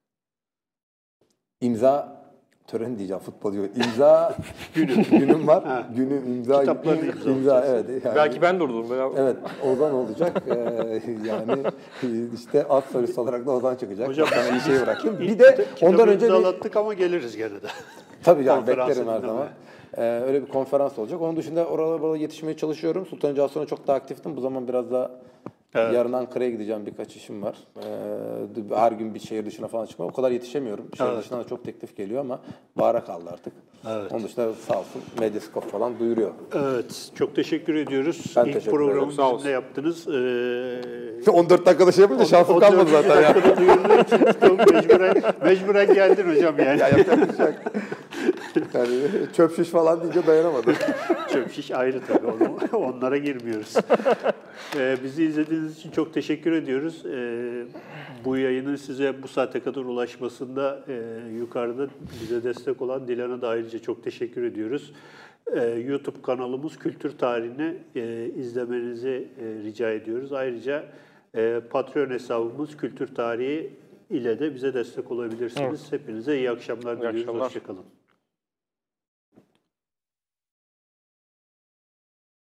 imza töreni diyeceğim, futbol diyor. İmza günü günüm var. Günü imza Kitaplarını imza, imzalayacağız. evet. Yani, belki ben de olurum. Böyle- evet, Ozan olacak. Ee, yani işte alt solist olarak da Ozan çıkacak. Hocam Sana iyi şey bıraktım. İlk Bir de kitabı ondan önce bir, imzalattık ama geliriz gene de. tabii yani konferansı beklerim her dinlemeye. zaman. Ee, öyle bir konferans olacak. Onun dışında oralara yetişmeye çalışıyorum. Sultan Casu'na çok da aktiftim. Bu zaman biraz daha Evet. Yarın Ankara'ya gideceğim, birkaç işim var. Ee, her gün bir şehir dışına falan çıkmam. O kadar yetişemiyorum. Şehir Evet. dışından da çok teklif geliyor ama bahara kaldı artık. Evet. Onun dışında sağ olsun Medyascope falan duyuruyor. Evet, çok teşekkür ediyoruz. Ben İlk teşekkür programı ederim. Sağ olsun. bizimle yaptınız. Ee, on dört dakikada şey yapınca şansım kalmadı zaten ya. dakikada duyurduğu için çok mecburen, mecburen geldin hocam yani. Ya yapacak bir şey yok. Yani çöp şiş falan deyince dayanamadım. Çöp şiş ayrı tabii, onu, onlara girmiyoruz. Ee, bizi izlediğiniz için çok teşekkür ediyoruz. Ee, bu yayının size bu saate kadar ulaşmasında e, yukarıda bize destek olan Dilan'a da ayrıca çok teşekkür ediyoruz. Ee, YouTube kanalımız Kültür Tarihini e, izlemenizi e, rica ediyoruz. Ayrıca e, Patreon hesabımız Kültür Tarihi ile de bize destek olabilirsiniz. Evet. Hepinize iyi akşamlar İyi diliyoruz. akşamlar. Hoşçakalın.